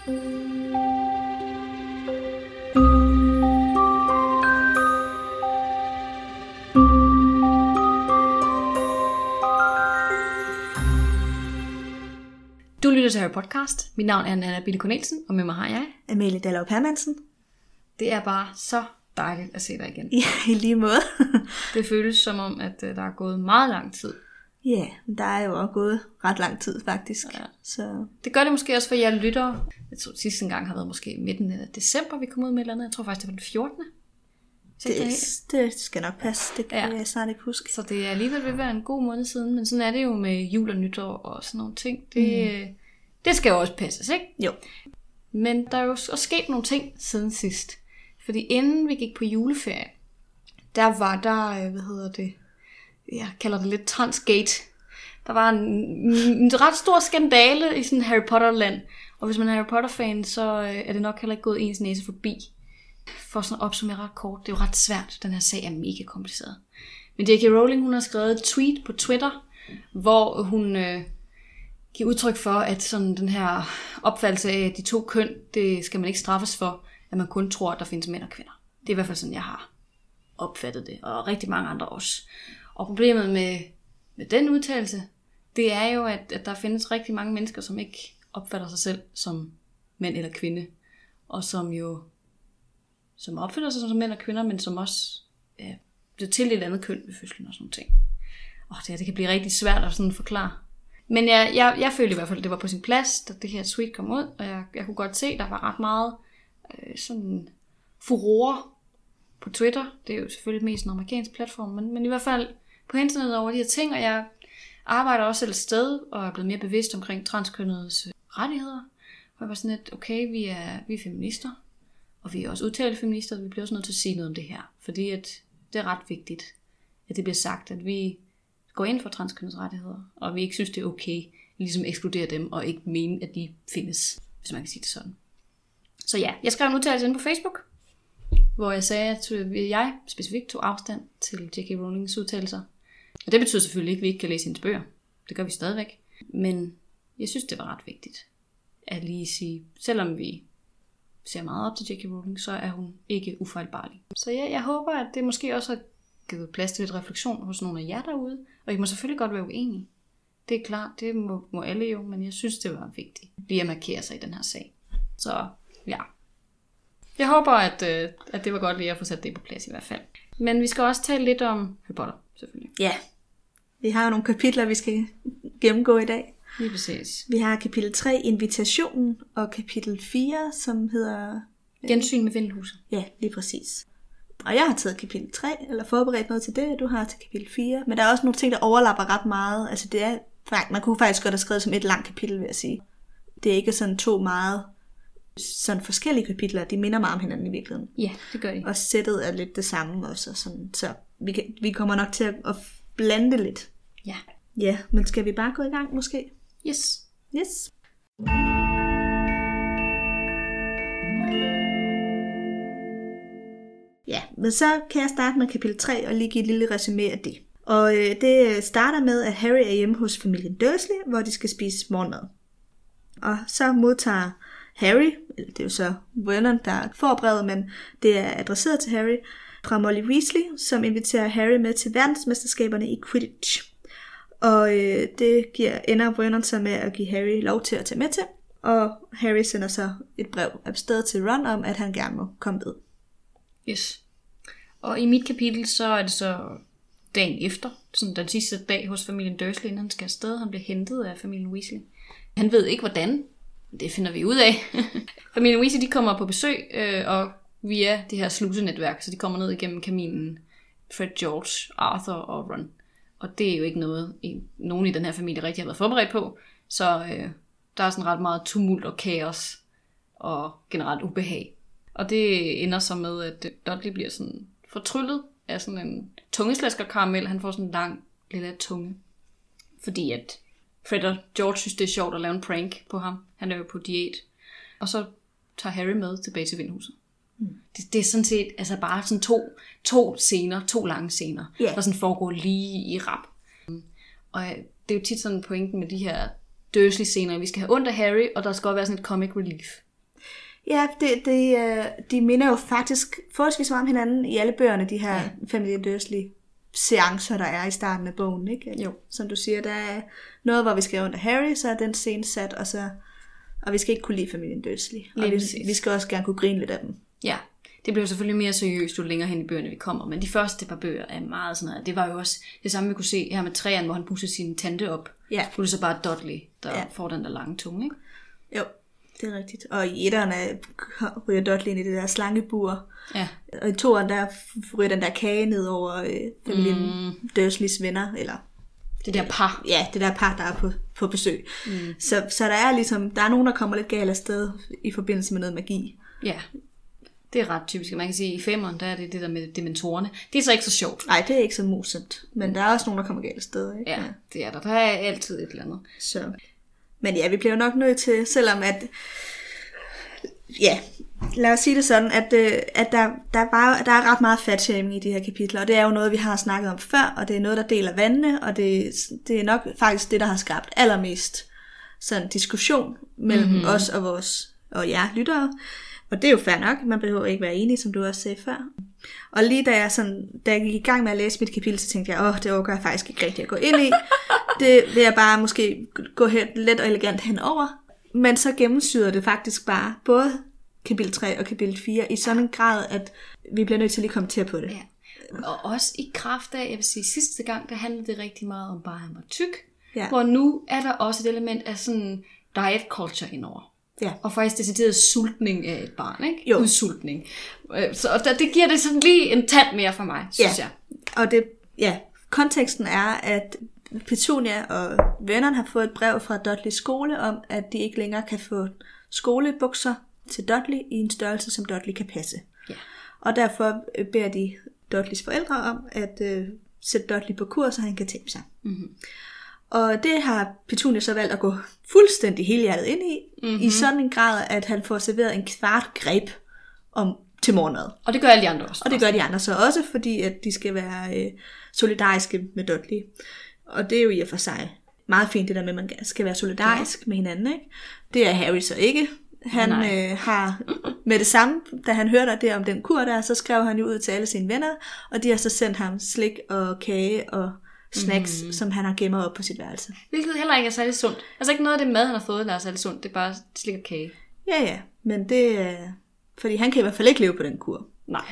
Du lytter til Harry Podcast. Mit navn er Nanna Bille Cornelsen, og med mig har jeg Amalie Dallov Hermansen. Det er bare så dejligt at se dig igen. Ja, i lige måde. Det føles som om, at der er gået meget lang tid. Ja, der er jo også gået ret lang tid faktisk. Ja. Så det gør det måske også for jer lyttere. Jeg tror sidste gang har været måske midten af december, vi kom ud med et eller andet. Jeg tror faktisk, det var den 14. Det skal nok passe, det kan jeg snart ikke huske. Så det er alligevel ved at være en god måned siden, men sådan er det jo med jul og nytår og sådan nogle ting. Det skal jo også passes, ikke? Jo. Men der er jo også sket nogle ting siden sidst. Fordi inden vi gik på juleferie, der var der, jeg kalder det lidt Transgate. Der var en ret stor skandale i sådan Harry Potter-land. Og hvis man er Harry Potter-fan, så er det nok heller ikke gået ens næse forbi. For sådan at opsummere ret kort. Det er jo ret svært. Den her sag er mega kompliceret. Men J.K. Rowling, hun har skrevet et tweet på Twitter, hvor hun giver udtryk for, at sådan den her opfattelse af, at de to køn, det skal man ikke straffes for, at man kun tror, at der findes mænd og kvinder. Det er i hvert fald sådan, jeg har opfattet det. Og rigtig mange andre også. Og problemet med den udtalelse, det er jo, at der findes rigtig mange mennesker, som ikke opfatter sig selv som mænd eller kvinde. Og som opfatter sig som mænd og kvinder, men som også bliver tildelt et andet køn ved fødslen og sådan noget ting. Det kan blive rigtig svært at sådan forklare. Men jeg følte i hvert fald, at det var på sin plads, da det her tweet kom ud, og jeg kunne godt se, at der var ret meget sådan furore på Twitter. Det er jo selvfølgelig mest en amerikansk platform, men i hvert fald på internettet over de her ting, og jeg arbejder også selv et sted, og er blevet mere bevidst omkring transkønnedes rettigheder. Og jeg var sådan lidt, okay, vi er feminister, og vi er også udtalte feminister, og vi bliver også nødt til at sige noget om det her, fordi at det er ret vigtigt, at det bliver sagt, at vi går ind for transkønnedes rettigheder, og vi ikke synes, det er okay, ligesom ekskludere dem, og ikke mene, at de findes, hvis man kan sige det sådan. Så ja, jeg skrev en udtalelse inde på Facebook, hvor jeg sagde, at jeg specifikt tog afstand til J.K. Rowlings udtalelser. Og det betyder selvfølgelig ikke, at vi ikke kan læse hendes bøger. Det gør vi stadigvæk. Men jeg synes, det var ret vigtigt at lige sige, selvom vi ser meget op til J.K. Rowling, så er hun ikke ufejlbarlig. Så ja, jeg håber, at det måske også har givet plads til lidt refleksion hos nogle af jer derude. Og I må selvfølgelig godt være uenige. Det er klart, det må alle jo, men jeg synes, det var vigtigt lige at markere sig i den her sag. Så ja. Jeg håber, at det var godt lige at få sat det på plads i hvert fald. Men vi skal også tale lidt om Harry Potter, selvfølgelig. Ja, vi har jo nogle kapitler, vi skal gennemgå i dag. Lige præcis. Vi har kapitel 3, Invitationen, og kapitel 4, som hedder Gensyn med Vindelhuset. Ja, lige præcis. Og jeg har taget kapitel 3, eller forberedt noget til det, og du har til kapitel 4. Men der er også nogle ting, der overlapper ret meget. Altså det er, man kunne faktisk godt have skrevet som et langt kapitel, vil jeg sige. Det er ikke sådan to meget sådan forskellige kapitler, de minder meget om hinanden i virkeligheden. Ja, det gør de. Og sættet er lidt det samme også. Sådan. Så vi kommer nok til at blande det lidt. Ja. Ja, men skal vi bare gå i gang måske? Yes. Ja, men så kan jeg starte med kapitel 3 og lige give et lille resumé af det. Og det starter med, at Harry er hjemme hos familien Dursley, hvor de skal spise morgenmad. Og så modtager Harry, det er jo så Vernon, der får brevet, men det er adresseret til Harry, fra Molly Weasley, som inviterer Harry med til verdensmesterskaberne i Quidditch. Og det ender Vernon så med at give Harry lov til at tage med til, og Harry sender så et brev afsted til Ron om, at han gerne må komme med. Yes. Og i mit kapitel, så er det så dagen efter, sådan den sidste dag hos familien Dursley, inden han skal afsted. Han bliver hentet af familien Weasley. Han ved ikke hvordan. Det finder vi ud af. Familien Weasley, de kommer på besøg, og via det her slusenetværk, så de kommer ned igennem kaminen. Fred, George, Arthur og Ron. Og det er jo ikke noget, nogen i den her familie rigtig har været forberedt på. Så der er sådan ret meget tumult og kaos og generelt ubehag. Og det ender så med, at Dudley bliver sådan fortryllet af sådan en tungeslæskerkaramel. Han får sådan en lang lille tunge. Fordi at Fred og George synes, det er sjovt at lave en prank på ham. Han er jo på diæt. Og så tager Harry med tilbage til Vindelhuset. Det er sådan set altså bare sådan to lange scener, der sådan foregår lige i rap. Og det er jo tit sådan pointen med de her Dursley-scener. Vi skal have ondt af Harry, og der skal også være sådan et comic relief. Ja, de minder jo faktisk forholdsvis meget om hinanden i alle bøgerne, de her familien Dursley seancer, der er i starten af bogen, ikke? Jo. Som du siger, der er noget, hvor vi skal under Harry, så er den scene sat, og vi skal ikke kunne lide familien Dursley. Og vi skal også gerne kunne grine lidt af dem. Ja, det bliver selvfølgelig mere seriøst, jo længere hen i bøgerne vi kommer, men de første par bøger er meget sådan noget. Det var jo også det samme, vi kunne se her med træerne, hvor han pusser sin tante op. Ja. Nu er det så bare Dudley, der får den der lange tunge, ikke? Jo, det er rigtigt. Og i etteren ryger Dudley ind i det der slangebur. Ja. Og i toeren, der ryger den der kage ned over familien Dursleys venner, eller... Det der par. Ja, det der par, der er på besøg. Så der er ligesom, der er nogen, der kommer lidt galt afsted i forbindelse med noget magi. Ja, det er ret typisk. Man kan sige, at i femmeren, der er det der med dementorerne. Det er så ikke så sjovt. Nej, det er ikke så morsomt. Men der er også nogen, der kommer galt afsted, ikke? Ja, det er der. Der er altid et eller andet. Så. Men ja, vi bliver nok nødt til, selvom at... Ja, lad os sige det sådan, at der er ret meget fatshaming i de her kapitler, og det er jo noget, vi har snakket om før, og det er noget, der deler vandene, og det er nok faktisk det, der har skabt allermest sådan diskussion mellem os og jer lyttere. Og det er jo fair nok, man behøver ikke være enig, som du også sagde før. Og lige da jeg gik i gang med at læse mit kapitel, så tænkte jeg, det overgår jeg faktisk ikke rigtig at gå ind i. Det vil jeg bare måske gå let og elegant henover. Men så gennemsyrer det faktisk bare både kapitel 3 og kapitel 4 i sådan en grad, at vi bliver nødt til at lige kommentere på det. Ja. Og også i kraft af, jeg vil sige, sidste gang, der handlede det rigtig meget om bare, at han var tyk. Ja. Hvor nu er der også et element af sådan diet culture indover. Ja. Og faktisk decideret sultning af et barn, ikke? Jo. Udsultning. Så det giver det sådan lige en tand mere for mig, synes jeg. Og konteksten er, at Petunia og vennerne har fået et brev fra Dudleys skole om, at de ikke længere kan få skolebukser til Dudley i en størrelse, som Dudley kan passe. Ja. Og derfor beder de Dudleys forældre om at sætte Dudley på kurs, så han kan tabe sig. Mm-hmm. Og det har Petunia så valgt at gå fuldstændig helhjertet ind i sådan en grad, at han får serveret en kvart greb til morgenmad. Og det gør alle de andre også. Og det gør de andre så også, fordi at de skal være solidariske med Dudley. Og det er jo i og for sig meget fint, det der med, at man skal være solidarisk med hinanden, ikke? Det er Harry så ikke. Han har med det samme, da han hørte det om den kur der, så skrev han jo ud til alle sine venner, og de har så sendt ham slik og kage og snacks, som han har gemmer op på sit værelse. Hvilket heller ikke er særlig sundt. Altså ikke noget af det mad, han har fået, der er særlig sundt. Det er bare slik og kage. Ja, men det er... Fordi han kan i hvert fald ikke leve på den kur. Nej.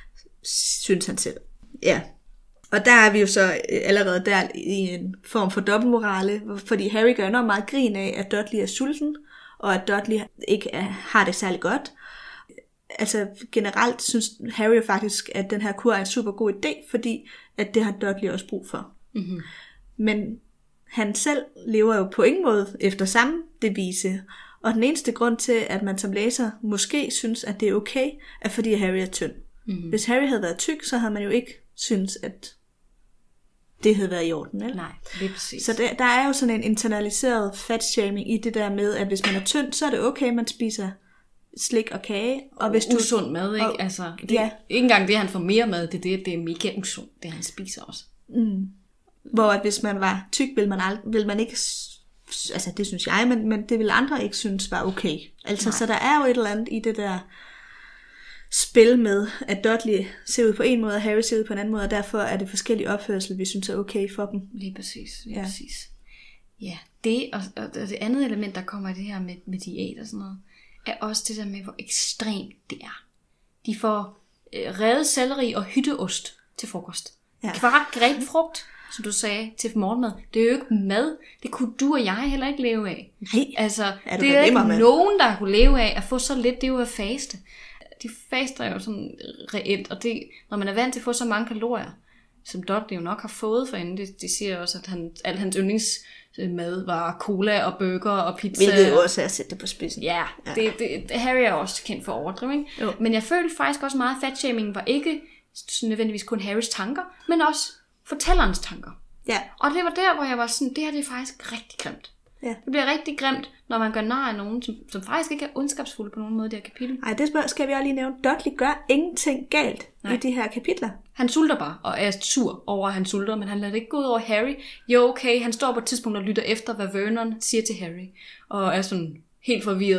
Synes han selv. Ja. Og der er vi jo så allerede der i en form for dobbeltmorale, fordi Harry gør enormt meget grin af, at Dudley er sulten, og at Dudley ikke har det særlig godt. Altså generelt synes Harry jo faktisk, at den her kur er en super god idé, fordi at det har Dudley også brug for. Mm-hmm. Men han selv lever jo på ingen måde efter samme devise, og den eneste grund til, at man som læser måske synes, at det er okay, er fordi Harry er tynd. Mm-hmm. Hvis Harry havde været tyk, så havde man jo ikke synes, at det havde været i orden. Eller? Nej, det er præcis. Så der er jo sådan en internaliseret fatshaming i det der med, at hvis man er tynd, så er det okay, man spiser slik og kage. Og hvis du usund mad, ikke? Altså, ikke engang det, han får mere mad, det er mega usundt, det han spiser også. Mm. Hvor at hvis man var tyk, vil man ikke, altså det synes jeg, men det vil andre ikke synes var okay. Altså, så der er jo et eller andet i det der spil med, at Dudley ser ud på en måde, og Harry ser ud på en anden måde, og derfor er det forskellige opførsel, vi synes er okay for dem. Lige præcis. Ja, det og det andet element, der kommer i det her med diæt og sådan noget, er også det der med, hvor ekstremt det er. De får revet selleri og hytteost til frokost. Ja. Kvart grebfrugt, som du sagde, til morgenmad. Det er jo ikke mad. Det kunne du og jeg heller ikke leve af. Nej. Altså, det er ikke nogen, der kunne leve af at få så lidt. Det er jo at faste. De faster jo sådan reelt, og det, når man er vant til at få så mange kalorier, som Dudley jo nok har fået forinden, det siger også, at al hans yndlingsmad var cola og burger og pizza. Hvilket jo også er at sætte det på spidsen. Ja. Harry er også kendt for overdrivning. Men jeg følte faktisk også meget, at fatshaming var ikke nødvendigvis kun Harrys tanker, men også fortællerens tanker. Ja. Og det var der, hvor jeg var sådan, det her det er faktisk rigtig grimt. Ja. Det bliver rigtig grimt, når man gør nar af nogen, som faktisk ikke er ondskabsfulde på nogen måde i det her kapitel. Nej, det skal vi også lige nævne. Dudley gør ingenting galt i de her kapitler. Han sulter bare, og er sur over, at han sulter, men han lader det ikke gå ud over Harry. Jo, okay, han står på et tidspunkt og lytter efter, hvad Vernon siger til Harry, og er sådan helt forvirret.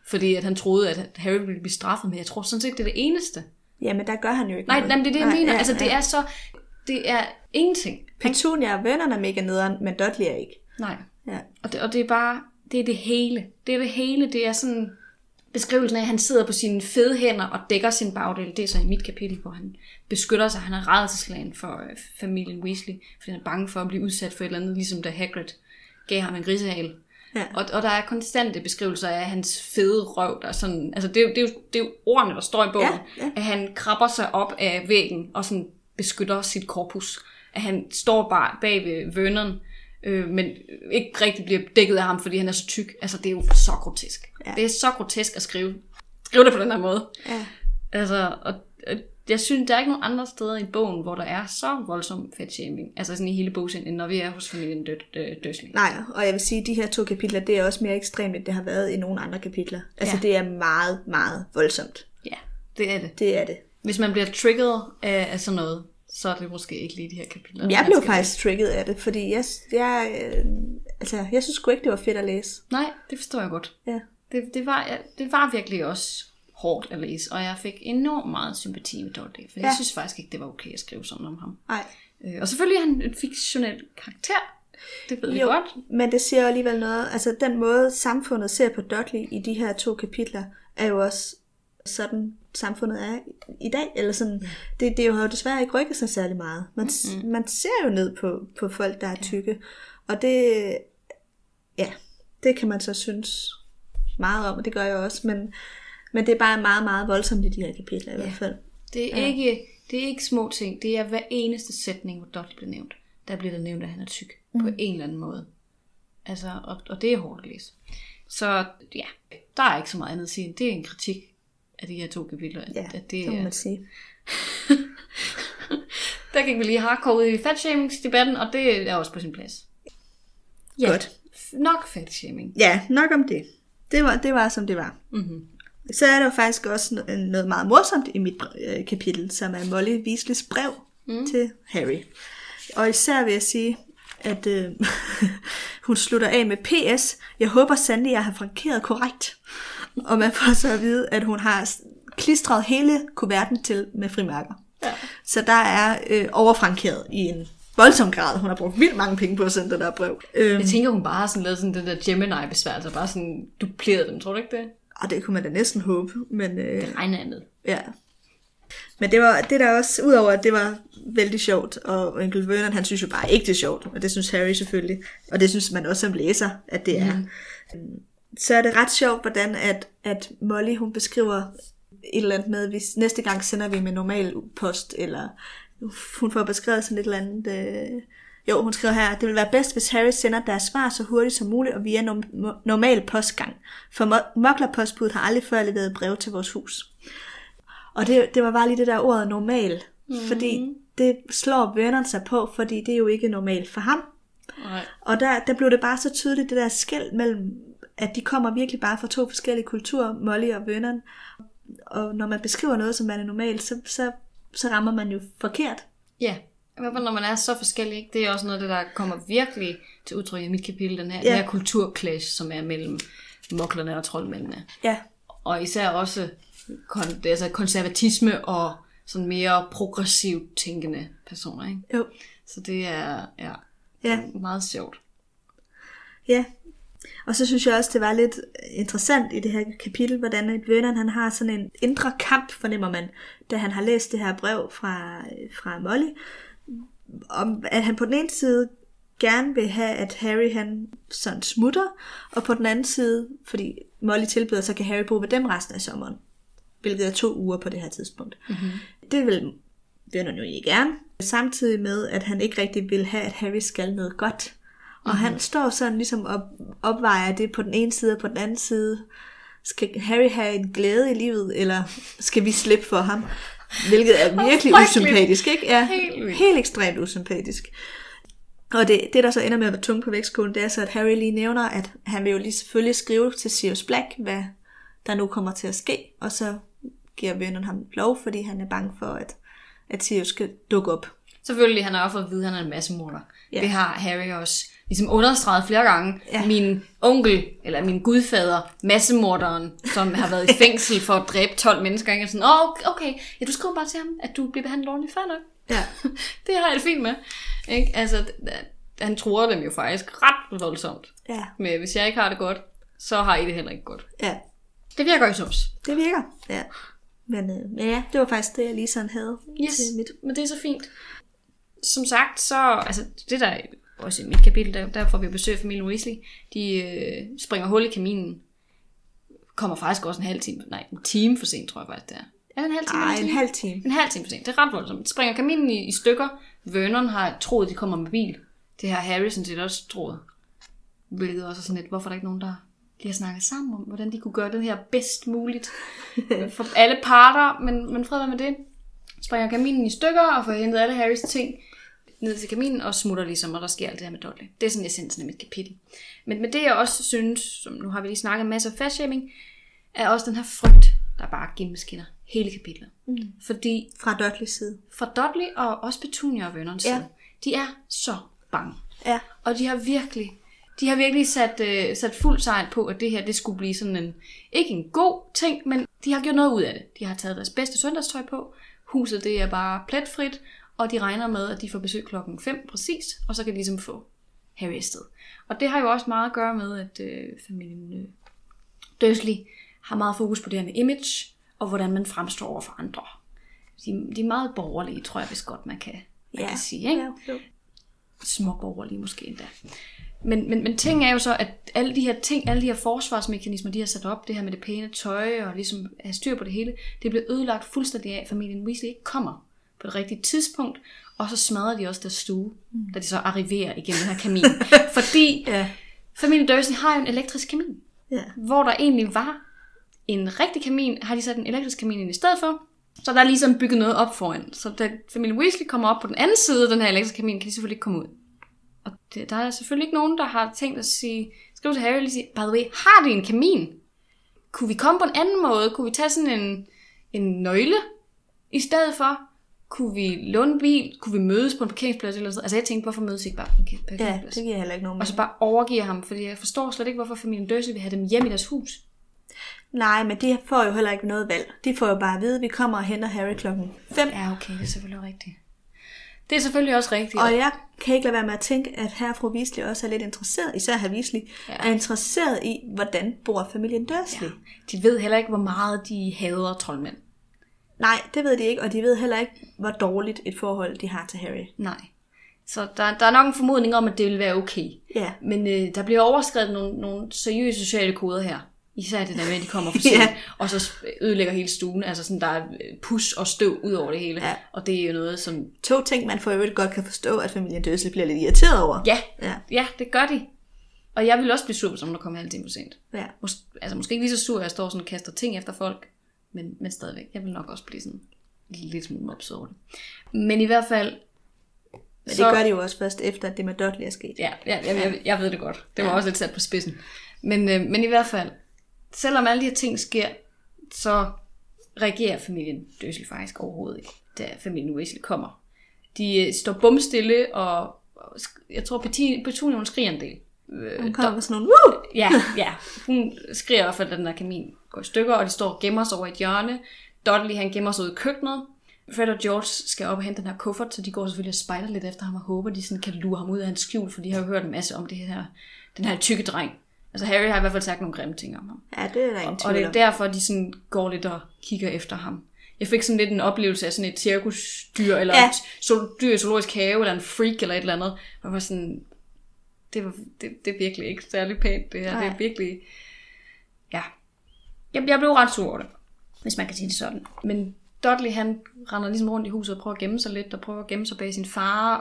fordi at han troede, at Harry ville blive straffet, men jeg tror sådan set, det er det eneste. Ja, men der gør han jo ikke Nej, noget. nej, det er det, jeg mener. Ja, altså, det er ingenting. Petunia og Vernon er mega nederen, men Dudley er ikke. Nej. Ja. Og det er bare, det er det hele. Det er det hele, det er sådan beskrivelsen af, at han sidder på sine fede hænder og dækker sin bagdel. Det er så i mit kapitel, hvor han beskytter sig. Han er rædselsslagen for familien Weasley, fordi han er bange for at blive udsat for et eller andet, ligesom da Hagrid gav ham en grisehale. Ja. Og der er konstante beskrivelser af hans fede røv, der er sådan, altså det er jo ordene, der står i bogen, at han krabber sig op af væggen og sådan beskytter sit korpus. At han står bare bag ved Vernon, men ikke rigtig bliver dækket af ham, fordi han er så tyk. Altså det er jo så grotesk. Ja. Det er så grotesk at skrive det på den her måde. Ja. Altså, og jeg synes, der er ikke nogen andre steder i bogen, hvor der er så voldsom fatshaming, altså sådan i hele bogen, end når vi er hos familien Dursley. Nej, og jeg vil sige, at de her 2 kapitler, det er også mere ekstremt, end det har været i nogle andre kapitler. Altså det er meget, meget voldsomt. Ja, det er det. Det er det. Hvis man bliver trigget af sådan noget, så er det måske ikke lige de her kapitler. Jeg blev faktisk trigget af det, fordi jeg synes sgu ikke, det var fedt at læse. Nej, det forstår jeg godt. Ja. Det var virkelig også hårdt at læse, og jeg fik enormt meget sympati med Dudley, for jeg synes faktisk ikke, det var okay at skrive sådan om ham. Nej. Og selvfølgelig er han en fiktionel karakter, det ved jeg godt. Men det siger jo alligevel noget, altså den måde samfundet ser på Dudley i de her 2 kapitler, er jo også sådan samfundet er i dag, eller sådan, det har jo desværre ikke rykket sig særlig meget. Man ser jo ned på folk, der er tykke, og det kan man så synes meget om, og det gør jeg også, men det er bare meget, meget voldsomt i de her kapitler i hvert fald. Det er ikke små ting, det er hver eneste sætning, hvor Dudley bliver nævnt. Der bliver der nævnt, at han er tyk på en eller anden måde. Altså, og det er hårdt at læse. Så ja, der er ikke så meget andet at sige. Det er en kritik af de her 2 kapitler. At det må man sige. Der gik vi lige hardcore ud i fatshaming-debatten, og det er også på sin plads. Ja, godt. Nok fatshaming. Ja, nok om det. Det var som det var. Mm-hmm. Så er der jo faktisk også noget meget morsomt i mit kapitel, som er Molly Weasleys brev til Harry. Og især vil jeg sige, at hun slutter af med PS. Jeg håber sandelig, jeg har frankeret korrekt. Og man får så at vide, at hun har klistret hele kuverten til med frimærker. Ja. Så der er overfrankeret i en voldsom grad. Hun har brugt vildt mange penge på at sende det der brev. Jeg tænker, hun bare har sådan lavet sådan den der Gemini-besværelse, bare sådan dupleret dem, tror du ikke det? Og det kunne man da næsten håbe. Men, det regner andet. Ja. Men det der også, udover at det var vældig sjovt, og onkel Vernon, han synes jo bare ikke det er sjovt, og det synes Harry selvfølgelig, og det synes man også som læser, at det er. Så er det ret sjovt, hvordan at Molly, hun beskriver et eller andet med, hvis næste gang sender vi med normal post, eller hun får beskrevet sådan et eller andet. Hun skriver her, det vil være bedst, hvis Harry sender deres svar så hurtigt som muligt, og via normal postgang. For Muglerpostbuddet har aldrig før leveret brev til vores hus. Og det var bare lige det der ordet normal, fordi det slår Vernon sig på, fordi det er jo ikke normalt for ham. Nej. Og der blev det bare så tydeligt, det der skel mellem, at de kommer virkelig bare fra 2 forskellige kulturer, Molly og Vernon. Og når man beskriver noget, som er normalt, så rammer man jo forkert. Ja, i hvert fald når man er så forskellig, ikke? Det er også noget, der kommer virkelig til udtryk i mit kapitel, den her kulturclash, som er mellem muglerne og troldmændene. Ja. Og især også konservatisme og sådan mere progressivt tænkende personer, ikke? Jo. Så det er meget sjovt. Ja, og så synes jeg også, det var lidt interessant i det her kapitel, hvordan Vernon han har sådan en indre kamp, fornemmer man, da han har læst det her brev fra Molly, om at han på den ene side gerne vil have, at Harry han sådan smutter, og på den anden side, fordi Molly tilbyder, så kan Harry bo ved dem resten af sommeren, hvilket er 2 uger på det her tidspunkt. Mm-hmm. Det vil Vernon jo ikke gerne, samtidig med, at han ikke rigtig vil have, at Harry skal noget godt. Og han står sådan ligesom og opvejer det på den ene side og på den anden side. Skal Harry have en glæde i livet, eller skal vi slippe for ham? Hvilket er virkelig usympatisk, ikke? Ja, helt ekstremt usympatisk. Og det der så ender med at være tunge på vægtskålen, det er så, at Harry lige nævner, at han vil jo lige selvfølgelig skrive til Sirius Black, hvad der nu kommer til at ske. Og så giver Vernon ham lov, fordi han er bange for, at Sirius skal dukke op. Selvfølgelig, han har også fået at vide, at han er en massemorder. Ja. Det har Harry også. ligesom understreget flere gange, min onkel, eller min gudfader, massemorderen, som har været i fængsel for at dræbe 12 mennesker, ikke? Sådan, okay, ja, du skriver bare til ham, at du bliver behandlet ordentligt, fair nok. Ja. Det har jeg det fint med. Ikke? Altså, han tror dem jo faktisk ret voldsomt. Ja. Men hvis jeg ikke har det godt, så har I det heller ikke godt. Ja. Det virker jo så også. Det virker, ja. Men ja, det var faktisk det, jeg lige sådan havde til mit. Men det er så fint. Som sagt, så, altså det der også i mit kapitel, der får vi besøg af familien Weasley. De springer hul i kaminen. Kommer faktisk også en time for sent, tror jeg faktisk det er. Er det en halv time? Nej, en halv time. En halv time for sent. Det er ret voldsomt. De springer kaminen i stykker. Vernon har troet, de kommer med bil. Det har Harry sådan set også troet. Hvilket også er sådan lidt, hvorfor er der ikke nogen, der lige har snakket sammen om, hvordan de kunne gøre det her bedst muligt for alle parter. Men fred med det. Springer kaminen i stykker og får hentet alle Harrys ting ned til kaminen og smutter ligesom, og der sker alt det her med Dudley. Det er sådan essensen af mit kapitel. Men det jeg også synes, som nu har vi lige snakket en masse om fastshaming, er også den her frygt, der bare gennemskinner hele kapitlet. Fordi fra Dudleys side. Fra Dudley og også Petunia og Vernons side. De er så bange. Ja. Og de har virkelig sat fuld sejl på, at det her, det skulle blive sådan ikke en god ting, men de har gjort noget ud af det. De har taget deres bedste søndagstøj på. Huset, det er bare pletfrit, og de regner med, at de får besøg 5:00 præcis, og så kan de ligesom få Harry afsted. Og det har jo også meget at gøre med, at familien Dursley har meget fokus på det her med image, og hvordan man fremstår over for andre. De er meget borgerlige, tror jeg, hvis godt man kan sige. Ikke? Ja. Småborgerlige måske endda. Men ting er jo så, at alle de her forsvarsmekanismer, de har sat op, det her med det pæne tøj, og ligesom have styr på det hele, det bliver ødelagt fuldstændig af, at familien Weasley ikke kommer på det rigtige tidspunkt, og så smadrer de også deres stue, da de så arriverer igennem den her kamin. Fordi familien Dursley har jo en elektrisk kamin, hvor der egentlig var en rigtig kamin, har de sat en elektrisk kamin ind i stedet for, så der er ligesom bygget noget op foran. Så da familien Weasley kommer op på den anden side af den her elektriske kamin, kan de selvfølgelig ikke komme ud. Og der er selvfølgelig ikke nogen, der har tænkt at skrive til Harry og sige, by the way, har de en kamin? Kunne vi komme på en anden måde? Kunne vi tage sådan en nøgle i stedet for? Kunne vi låne en bil? Kunne vi mødes på en parkeringsplads? Eller sådan? Altså jeg tænkte, hvorfor mødes vi ikke bare på en parkeringsplads? Ja, det giver heller ikke nogen. Og så bare overgiver ham, fordi jeg forstår slet ikke, hvorfor familien Dursley vil have dem hjem i deres hus. Nej, men de får jo heller ikke noget valg. De får jo bare at vide, at vi kommer og henter Harry 5:00. Ja, okay, det er selvfølgelig rigtigt. Det er selvfølgelig også rigtigt. Og jeg kan ikke lade være med at tænke, at her fru Weasley også er lidt interesseret, især herr Weasley, er interesseret i, hvordan bor familien Dursley. Ja. De ved heller ikke, hvor meget de hader troldmænd. Nej, det ved de ikke, og de ved heller ikke, hvor dårligt et forhold de har til Harry. Nej. Så der er nok en formodning om, at det vil være okay. Ja. Men der bliver overskrevet nogle seriøse sociale koder her. Især det der med, at de kommer for sent, og så ødelægger hele stuen. Altså sådan, der er pus og støv ud over det hele. Ja. Og det er jo noget, som... 2 ting, man for øvrigt godt kan forstå, at familien Dursley bliver lidt irriteret over. Ja, det gør de. Og jeg vil også blive sur, som der kommer halv time for sent. Ja. Måske ikke lige så sur, at jeg står sådan og kaster ting efter folk. Men stadigvæk. Jeg vil nok også blive sådan lidt smule mopset over det. Men i hvert fald... Men det gør de jo også først efter, at det med Dudley er sket. Ja, jeg ved det godt. Det var også lidt sat på spidsen. Men i hvert fald... Selvom alle de her ting sker, så reagerer familien Dursley faktisk overhovedet ikke, da familien Weasley kommer. De står bumstille, og jeg tror, Petunia skriger en del. Hun kommer sådan nogle, woo! Ja. Hun skriger i hvert fald, at den der kamin går i stykker, og de står og gemmer sig over et hjørne. Dudley, han gemmer sig ud i køkkenet. Fred og George skal op og hente den her kuffert, så de går selvfølgelig og spejder lidt efter ham og håber, de sådan kan lure ham ud af hans skjul, for de har jo hørt en masse om det her, den her tykke dreng. Altså Harry har i hvert fald sagt nogle grimme ting om ham. Ja, det er der ingen tvivl om. Og det er derfor, de sådan går lidt og kigger efter ham. Jeg fik sådan lidt en oplevelse af sådan et cirkusdyr, eller et dyr i zoologisk have, eller en freak, eller et eller andet. Og var sådan, det er virkelig ikke særlig pænt, det her. Nej. Det er virkelig, ja. Jeg blev ret sur over det, hvis man kan sige det sådan. Men Dudley, han render ligesom rundt i huset og prøver at gemme sig lidt, og prøver at gemme sig bag sin far,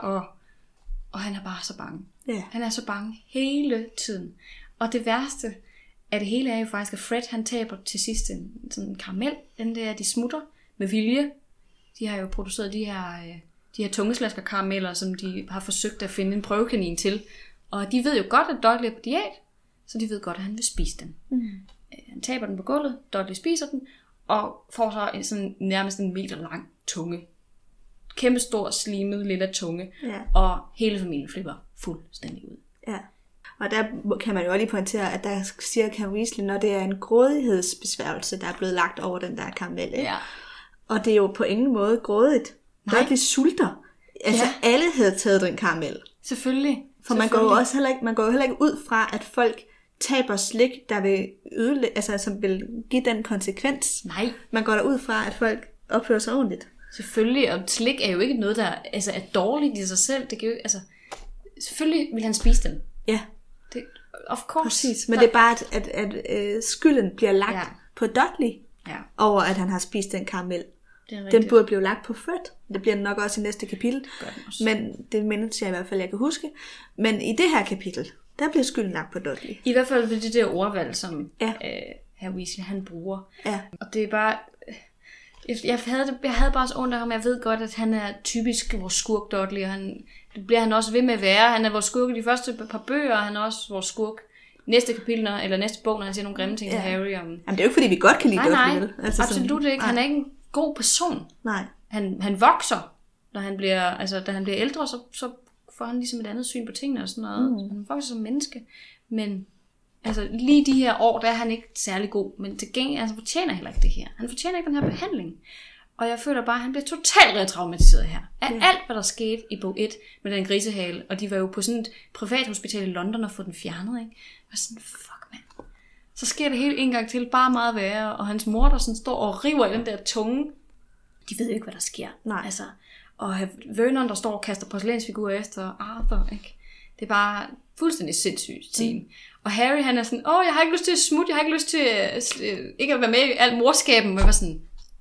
og han er bare så bange. Yeah. Han er så bange hele tiden. Og det værste af det hele er jo faktisk, at Fred, han taber til sidst sådan en karamel, den der, de smutter med vilje. De har jo produceret de her tungeslasker karameller, som de har forsøgt at finde en prøvekanin til. Og de ved jo godt, at Dudley er på diæt, så de ved godt, at han vil spise den. Han taber den på gulvet, Dudley spiser den, og får så sådan nærmest en meter lang tunge. Kæmpe stor, slimet, lille tunge, og hele familien flipper fuldstændig ud. Ja. Og der kan man jo også lige pointere, at der siger Ken Weasley, når det er en grådighedsbesværgelse, der er blevet lagt over den der karamel. Ja. Og det er jo på ingen måde grådigt. Dudley sulter. Altså alle havde taget den karamel. Selvfølgelig. For man går jo også heller ikke ud fra, at folk taber slik, der vil altså som vil give den konsekvens. Nej. Man går der ud fra, at folk opfører sig ordentligt. Selvfølgelig, og slik er jo ikke noget, der altså, er dårligt i sig selv. Det kan jo, altså, selvfølgelig vil han spise den. Ja. Det, of course. Præcis. Men det er bare, at skylden bliver lagt på Dudley over, at han har spist den karamel. Den burde blive lagt på Fred. Det bliver den nok også i næste kapitel. Men det mindes jeg i hvert fald, jeg kan huske. Men i det her kapitel, der bliver skylden lagt på Dudley. I hvert fald ved det der ordvalg, som hr. Weasley, han bruger. Ja. Og det er bare... Jeg havde bare så ondt af ham. Jeg ved godt, at han er typisk vores skurk Dudley, og det bliver han også ved med at være. Han er vores skurk i de første par bøger, og han er også vores skurk næste kapitel, eller næste bog, når han siger nogle grimme ting til Harry. Jamen, det er jo ikke, fordi vi godt kan lide Dudley. Nej, altså, absolut ikke. Han er ikke en god person. Nej. Han vokser, når han bliver, altså, da han bliver ældre, så får han ligesom et andet syn på tingene og sådan noget. Han vokser som menneske. Men altså, lige de her år, der er han ikke særlig god. Men til gengæld, altså, fortjener heller ikke det her. Han fortjener ikke den her behandling. Og jeg føler bare, at han bliver totalt retraumatiseret her. Af alt, hvad der skete i bog 1 med den grisehale. Og de var jo på sådan et privathospital i London og få den fjernet, ikke? Og sådan, fuck mand. Så sker det hele en gang til, bare meget værre. Og hans mor, der sådan står og river i den der tunge. De ved jo ikke, hvad der sker. Nej. Altså, og Vernon, der står og kaster porcelænsfigurer efter Arthur, ikke? Det er bare fuldstændig sindssygt scene. Og Harry, han er sådan, jeg har ikke lyst til at smutte, jeg har ikke lyst til ikke at være med i alt morskaben. Og jeg var sådan,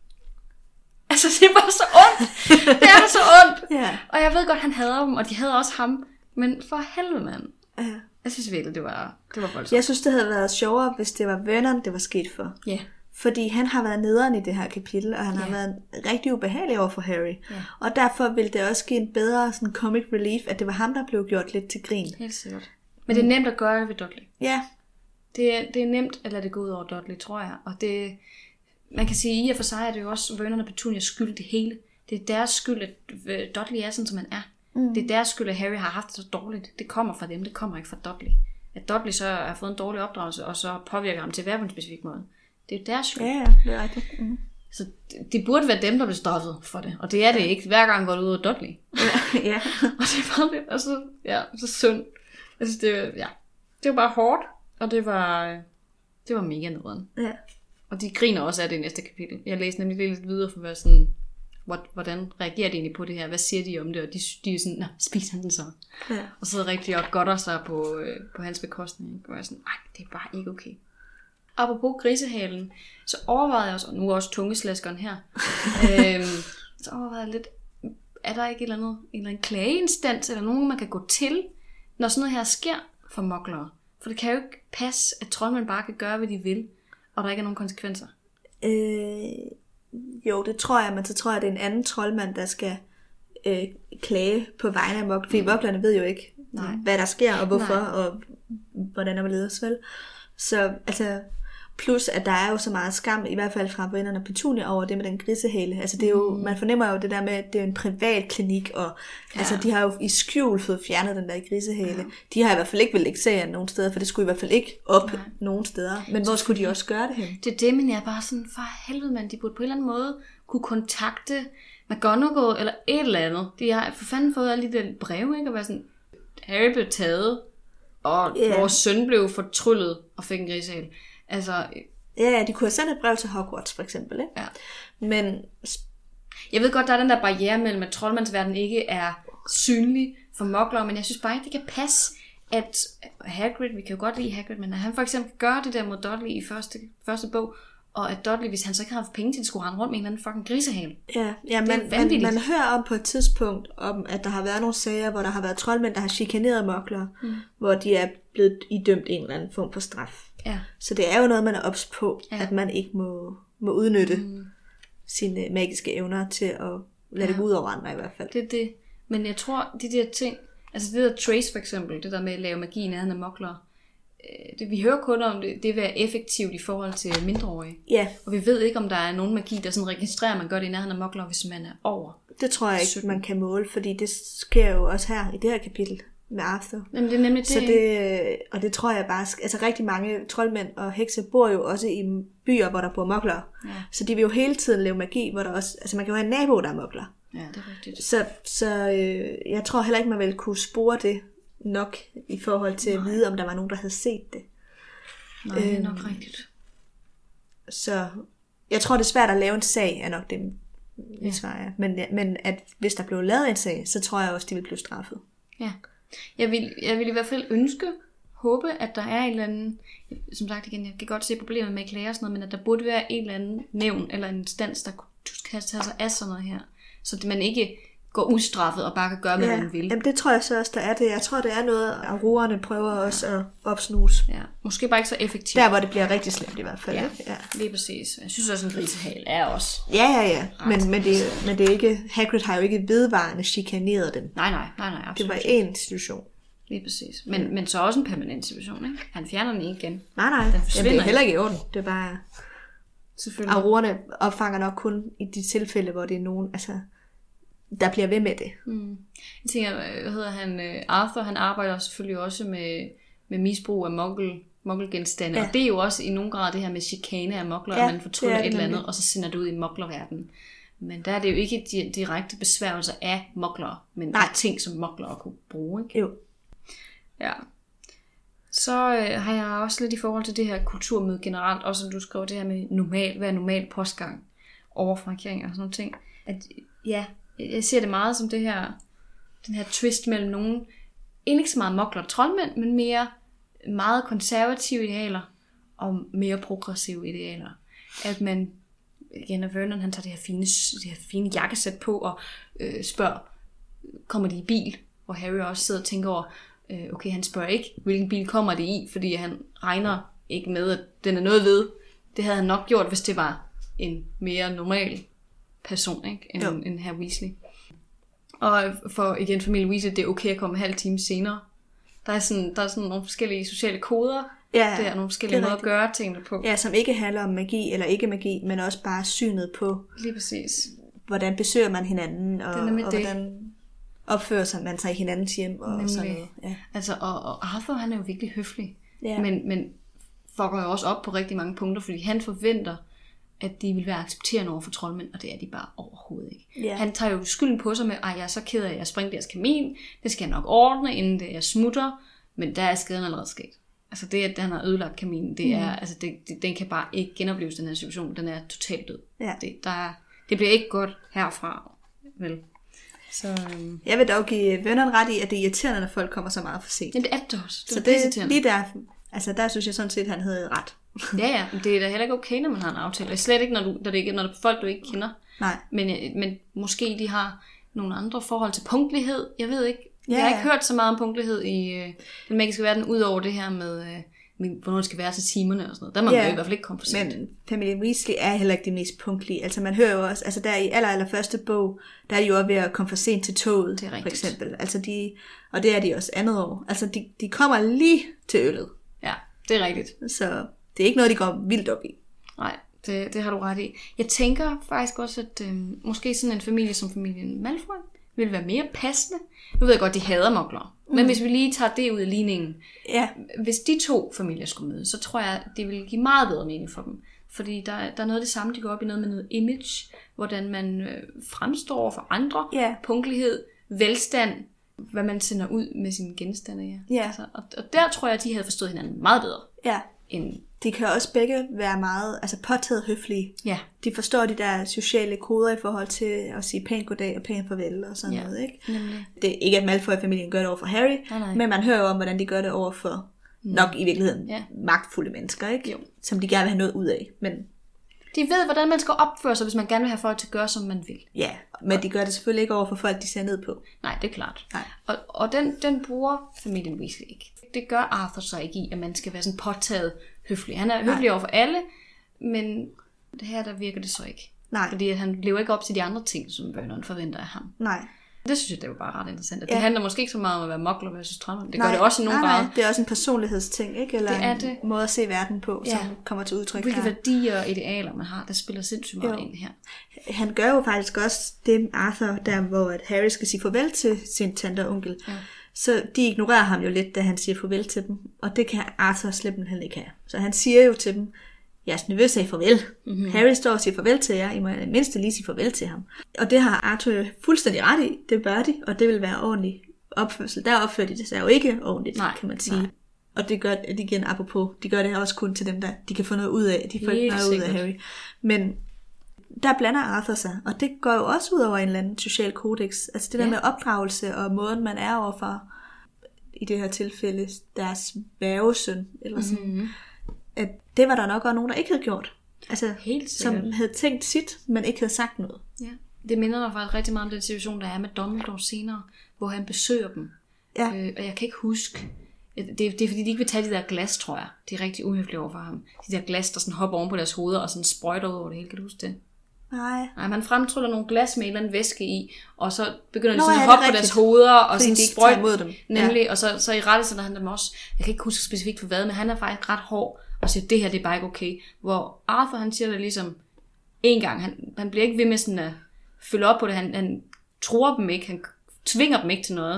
altså det var så ondt. Det er så ondt. Yeah. Og jeg ved godt, han hader dem, og de hader også ham. Men for helvede, mand. Yeah. Jeg synes virkelig, det var voldsomt. Jeg synes, det havde været sjovere, hvis det var Vernon, det var sket for. Ja. Yeah. Fordi han har været nederen i det her kapitel, og han har været rigtig ubehagelig over for Harry. Yeah. Og derfor ville det også give en bedre sådan, comic relief, at det var ham, der blev gjort lidt til grin. Helt sikkert. Men det er nemt at gøre det ved Dudley. Ja. Det er nemt at lade det gå ud over Dudley, tror jeg. Og det, man kan sige, i og for sig er det jo også Vernon og Petunias skyld det hele. Det er deres skyld, at Dudley er sådan, som han er. Det er deres skyld, at Harry har haft det så dårligt. Det kommer fra dem, det kommer ikke fra Dudley. At Dudley så har fået en dårlig opdragelse, og så påvirker ham til at være på en specifik måde. Det er jo deres skyld. Ja, det er rigtigt. Så det burde være dem, der bliver straffet for det. Og det er det ikke. Hver gang går det ud af Dudley. Ja. Og det er bare lidt, altså, så synd. Altså, det var bare hårdt, og det var mega nederen. Ja. Og de griner også af det i næste kapitel. Jeg læste nemlig lidt videre for at være sådan, hvordan reagerer de egentlig på det her? Hvad siger de om det? Og de er sådan, spiser han den så? Ja. Og så rigtig og godter sig på hans bekostning. Og jeg er sådan, det er bare ikke okay. Apropos grisehalen, så overvejede jeg også, og nu også tungeslæskeren her, så overvejede jeg lidt, er der ikke en eller anden klageinstans, eller nogen, man kan gå til, når sådan noget her sker for muglere? For det kan jo ikke passe, at troldmænd bare kan gøre, hvad de vil, og der ikke er nogen konsekvenser. Jo, det tror jeg, men så tror jeg, det er en anden troldmand, der skal klage på vegne af muglerne. Fordi muglerne ved jo ikke, hvad der sker, og hvorfor, og hvordan man leder vel. Så altså, plus at der er jo så meget skam, i hvert fald fra Vernon og Petunia, over det med den grisehale. Altså det er jo, man fornemmer jo det der med, at det er en privat klinik, og altså de har jo i skjul fået fjernet den der grisehale. Ja. De har i hvert fald ikke vil lægge serien nogen steder, for det skulle i hvert fald ikke op nogen steder. Men hvor skulle de også gøre det hen? Det er det, men jeg er bare sådan, for helvede mand, de burde på en eller anden måde kunne kontakte McGonagall eller et eller andet. De har for fanden fået alle de der breve, ikke? Og være sådan, Harry blev taget, og vores søn blev fortryllet og fik en grisehale. Altså, ja, de kunne have sendt et brev til Hogwarts, for eksempel, ikke? Ja. Men jeg ved godt, der er den der barriere mellem, at troldmandsverdenen ikke er synlig for muglere, men jeg synes bare ikke, det kan passe, at Hagrid, vi kan jo godt lide Hagrid, men at han for eksempel gør det der mod Dudley i første bog, og at Dudley, hvis han så ikke havde haft penge til, skulle rende rundt med en eller anden fucking grisehale. Ja, man hører om på et tidspunkt, om at der har været nogle sager, hvor der har været troldmænd, der har chikaneret muglere, hvor de er blevet idømt en eller anden form for straf. Ja. Så det er jo noget, man er ops på, at man ikke må udnytte sine magiske evner til at lade det gå ud over andre i hvert fald. Det er det. Men jeg tror, de der ting, altså det der Trace for eksempel, det der med at lave magi i nærheden af muglere, vi hører kun om det vil være effektivt i forhold til mindreårige. Ja. Og vi ved ikke, om der er nogen magi, der sådan registrerer, at man gør det i nærheden af muglere, hvis man er over. Det tror jeg ikke, man kan måle, fordi det sker jo også her i det her kapitel. med Arthur. Jamen, det er nemlig det. Så og det tror jeg bare, altså rigtig mange troldmænd og hekse bor jo også i byer, hvor der bor muglere. Ja. Så de vil jo hele tiden lave magi, hvor der også, altså man kan jo have en nabo, der er mugler. Ja, det er rigtigt. Så jeg tror heller ikke, man ville kunne spore det nok, i forhold til at vide, om der var nogen, der havde set det. Nej, det er nok rigtigt. Så jeg tror, det er svært at lave en sag, er nok det, svar er. Men at hvis der blev lavet en sag, så tror jeg også, de ville blive straffet. Ja. Jeg vil i hvert fald håbe, at der er en eller anden, som sagt igen, jeg kan godt se problemet med klager og sådan noget, men at der burde være en eller anden nævn eller en instans, der kan tage sig af sådan noget her. Så man ikke går ustraffet og bare kan gøre, hvad man vil. Jamen det tror jeg så også, der er det. Jeg tror, det er noget, aurorerne prøver også at opsnuse. Ja, måske bare ikke så effektivt. Der, hvor det bliver rigtig slemt i hvert fald. Ja, lige præcis. Jeg synes også, en grisehal er også. Ja. Men det er ikke, Hagrid har jo ikke vedvarende chikaneret den. Nej, absolut. Det var én situation. Lige præcis. Men så også en permanent situation, ikke? Han fjerner den ikke igen. Nej. Den forsvinder. Det er heller ikke i orden. Det er bare... Selvfølgelig. Aurorerne opfanger nok kun i de tilfælde, hvor det er nogen, altså, der bliver ved med det. Jeg tænker, Arthur, han arbejder selvfølgelig også med misbrug af muggelgenstande, og det er jo også i nogen grad det her med chikane af mugler, at man fortryller et eller andet, og så sender det ud i muglerverdenen. Men der er det jo ikke direkte besværgelser af mugler, men af ting, som mugler kunne bruge, ikke? Jo. Ja. Så har jeg også lidt i forhold til det her kulturmøde generelt, også som du skrev det her med hvad er normal postgang, overfrankering og sådan nogle ting. At jeg ser det meget som den her twist mellem nogen, ikke så meget mugler og troldmænd, men mere meget konservative idealer og mere progressive idealer. At man, igen, at Vernon han tager det her fine jakkesæt på og spørger, kommer de i bil? Hvor Harry også sidder og tænker over, okay, han spørger ikke, hvilken bil kommer det i, fordi han regner ikke med, at den er noget ved. Det havde han nok gjort, hvis det var en mere normal person, ikke? End herr Weasley. Og for igen familie Weasley, det er okay at komme en halv time senere. Der er sådan nogle forskellige sociale koder. Der er nogle forskellige måder at gøre tingene på. Ja, som ikke handler om magi eller ikke magi, men også bare synet på, lige præcis, hvordan besøger man hinanden, og hvordan opfører man sig i hinandens hjem og sådan noget. Ja. Altså, og Arthur, han er jo virkelig høflig, men fucker jo også op på rigtig mange punkter, fordi han forventer, at de vil være accepterende over for troldmænd, og det er de bare overhovedet ikke. Han tager jo skylden på sig med, jeg er så ked af, at jeg sprængte deres kamin, det skal jeg nok ordne, inden det jeg smutter, men der er skaden allerede sket. Altså det, at han har ødelagt kaminen, det er, altså den kan bare ikke genopleves, den her situation, den er totalt død. Ja. Det bliver ikke godt herfra, vel? Så, jeg vil dog give Vernon ret i, at det er irriterende, når folk kommer så meget for sent. Ja, det er det også. Så det lige der, altså der synes jeg sådan set, at han havde ret. Ja, det er da heller ikke okay, når man har en aftale. Og slet ikke, når det er folk, du ikke kender. Nej. Men måske de har nogle andre forhold til punktlighed. Jeg ved ikke. Jeg har ikke hørt så meget om punktlighed i den magiske verden, udover det her med, hvornår det skal være til timerne og sådan noget. Der må man jo i hvert fald ikke komme for sent. Men familien Weasley er heller ikke det mest punktlige. Altså man hører jo også, altså der i allerførste bog, der er de jo også ved at komme for sent til toget, for eksempel. Altså og det er de også andet år. Altså de kommer lige til øllet. Ja, det er rigtigt. Så det er ikke noget, de går vildt op i. Nej, det har du ret i. Jeg tænker faktisk også, at måske sådan en familie som familien Malfoy vil være mere passende. Nu ved jeg godt, de hader mugler. Men hvis vi lige tager det ud af ligningen. Ja. Hvis de to familier skulle møde, så tror jeg, det vil give meget bedre mening for dem. Fordi der er noget af det samme, de går op i noget med noget image. Hvordan man fremstår for andre. Ja. Punktlighed, velstand, hvad man sender ud med sine genstande. Ja. Altså, og der tror jeg, at de havde forstået hinanden meget bedre. Ja. De kan også begge være meget påtaget høflige. Ja. De forstår de der sociale koder i forhold til at sige pænt goddag og pænt farvel og sådan noget, ikke? Nemlig. Det er ikke, at Malfoy-familien gør det over for Harry, men man hører jo om, hvordan de gør det over for nok i virkeligheden magtfulde mennesker, ikke? Jo. Som de gerne vil have noget ud af. Men de ved, hvordan man skal opføre sig, hvis man gerne vil have folk til at gøre, som man vil. Ja, men de gør det selvfølgelig ikke over for folk, de ser ned på. Nej, det er klart. Nej. Og den bruger familien Weasley ikke. Det gør Arthur så ikke i, at man skal være sådan påtaget høflig. Han er høflig over for alle, men det her, der virker det så ikke. Nej. Fordi han lever ikke op til de andre ting, som Vernon forventer af ham. Nej. Det synes jeg, det var bare ret interessant. Det handler måske ikke så meget om at være mugler versus troldmand. Det gør det også i nogle grad. Det er også en personlighedsting, ikke? Eller en måde at se verden på, som kommer til udtryk. Hvilke værdier og idealer man har, der spiller sindssygt meget ind her. Han gør jo faktisk også det, Arthur, der hvor at Harry skal sige farvel til sin tante og onkel. Ja. Så de ignorerer ham jo lidt, da han siger farvel til dem. Og det kan Arthur simpelthen ikke have. Så han siger jo til dem, jeres nevø sagde farvel. Mm-hmm. Harry står og siger farvel til jer. I må mindst lige sige farvel til ham. Og det har Arthur jo fuldstændig ret i. Det bør de, og det vil være ordentlig opførsel. Der opfører de det sig jo ikke ordentligt, kan man sige. Nej. Og det gør de igen apropos. De gør det også kun til dem, der de kan få noget ud af. De får ikke noget ud af Harry. Men der blander Arthur sig, og det går jo også ud over en eller anden social kodex. Altså det der med opdragelse og måden, man er overfor, i det her tilfælde, deres værgesøn, eller sådan. At det var der nok også nogen, der ikke havde gjort. Altså, som havde tænkt sit, men ikke havde sagt noget. Ja. Det minder mig faktisk rigtig meget om den situation, der er med Dumbledore senere, hvor han besøger dem. Ja. Og jeg kan ikke huske... Det er fordi, de ikke vil tage de der glas, tror jeg. De er rigtig uhøflige over for ham. De der glas, der sådan hopper oven på deres hoveder og sådan sprøjter ud over det hele. Kan du huske det? Nej, man fremtryller nogle glas med en eller anden væske i, og så begynder de sådan at hoppe på deres hoveder, og sådan sprøjter mod dem. Nemlig, og så i rette sætter han dem også. Jeg kan ikke huske specifikt for hvad, men han er faktisk ret hård, og siger, det her det er bare ikke okay. Hvor Arthur, han siger det ligesom en gang. Han bliver ikke ved med sådan at følge op på det. Han tror dem ikke, han tvinger dem ikke til noget,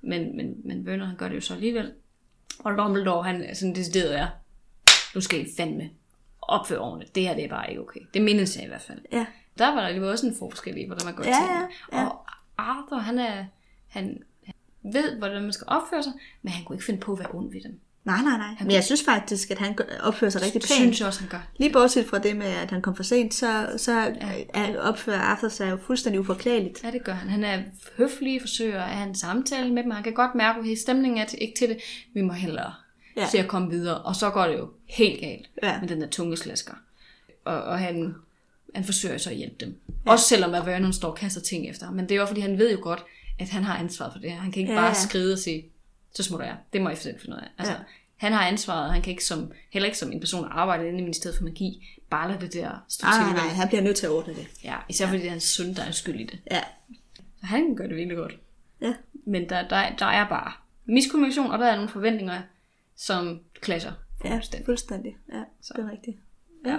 men Vernon, han gør det jo så alligevel. Og Dumbledore, han sådan decideret er, nu skal I fandme opføre ordentligt. Det her, det er bare ikke okay. Det mindes jeg i hvert fald. Ja. Der var der lige også en forskel i, hvordan man går til det. Og Arthur, han ved, hvordan man skal opføre sig, men han kunne ikke finde på at være ond ved dem. Nej. Men jeg synes faktisk, at han opfører sig rigtig pænt. Det synes jeg også, han gør. Lige bortset fra det med, at han kom for sent, så opfører Arthur sig jo fuldstændig uforklarligt. Ja, det gør han. Han er høflig, forsøger at have en samtale med dem. Han kan godt mærke, at stemningen er ikke til det. Vi må hellere se at komme videre. Og så går det jo helt galt med den der tungeslasker. Og han forsøger så at hjælpe dem. Ja. Også selvom at Vernon står og kaster ting efter ham. Men det er jo fordi, han ved jo godt, at han har ansvaret for det her. Han kan ikke bare skride og sige, så smutter jeg. Det må jeg selv finde ud af. Altså, han har ansvaret, han kan ikke heller ikke som en person, der arbejder inde i Ministeriet for Magi, bare lade det der stå til. Nej, han bliver nødt til at ordne det. Ja, især fordi det er hans søn, der er skyld i det. Ja. Så han gør det virkelig godt. Ja. Men der er bare miskommunikation, og der er nogle forventninger, som clasher. Ja, fuldstændig. Ja, så. Det er rigtigt. Ja.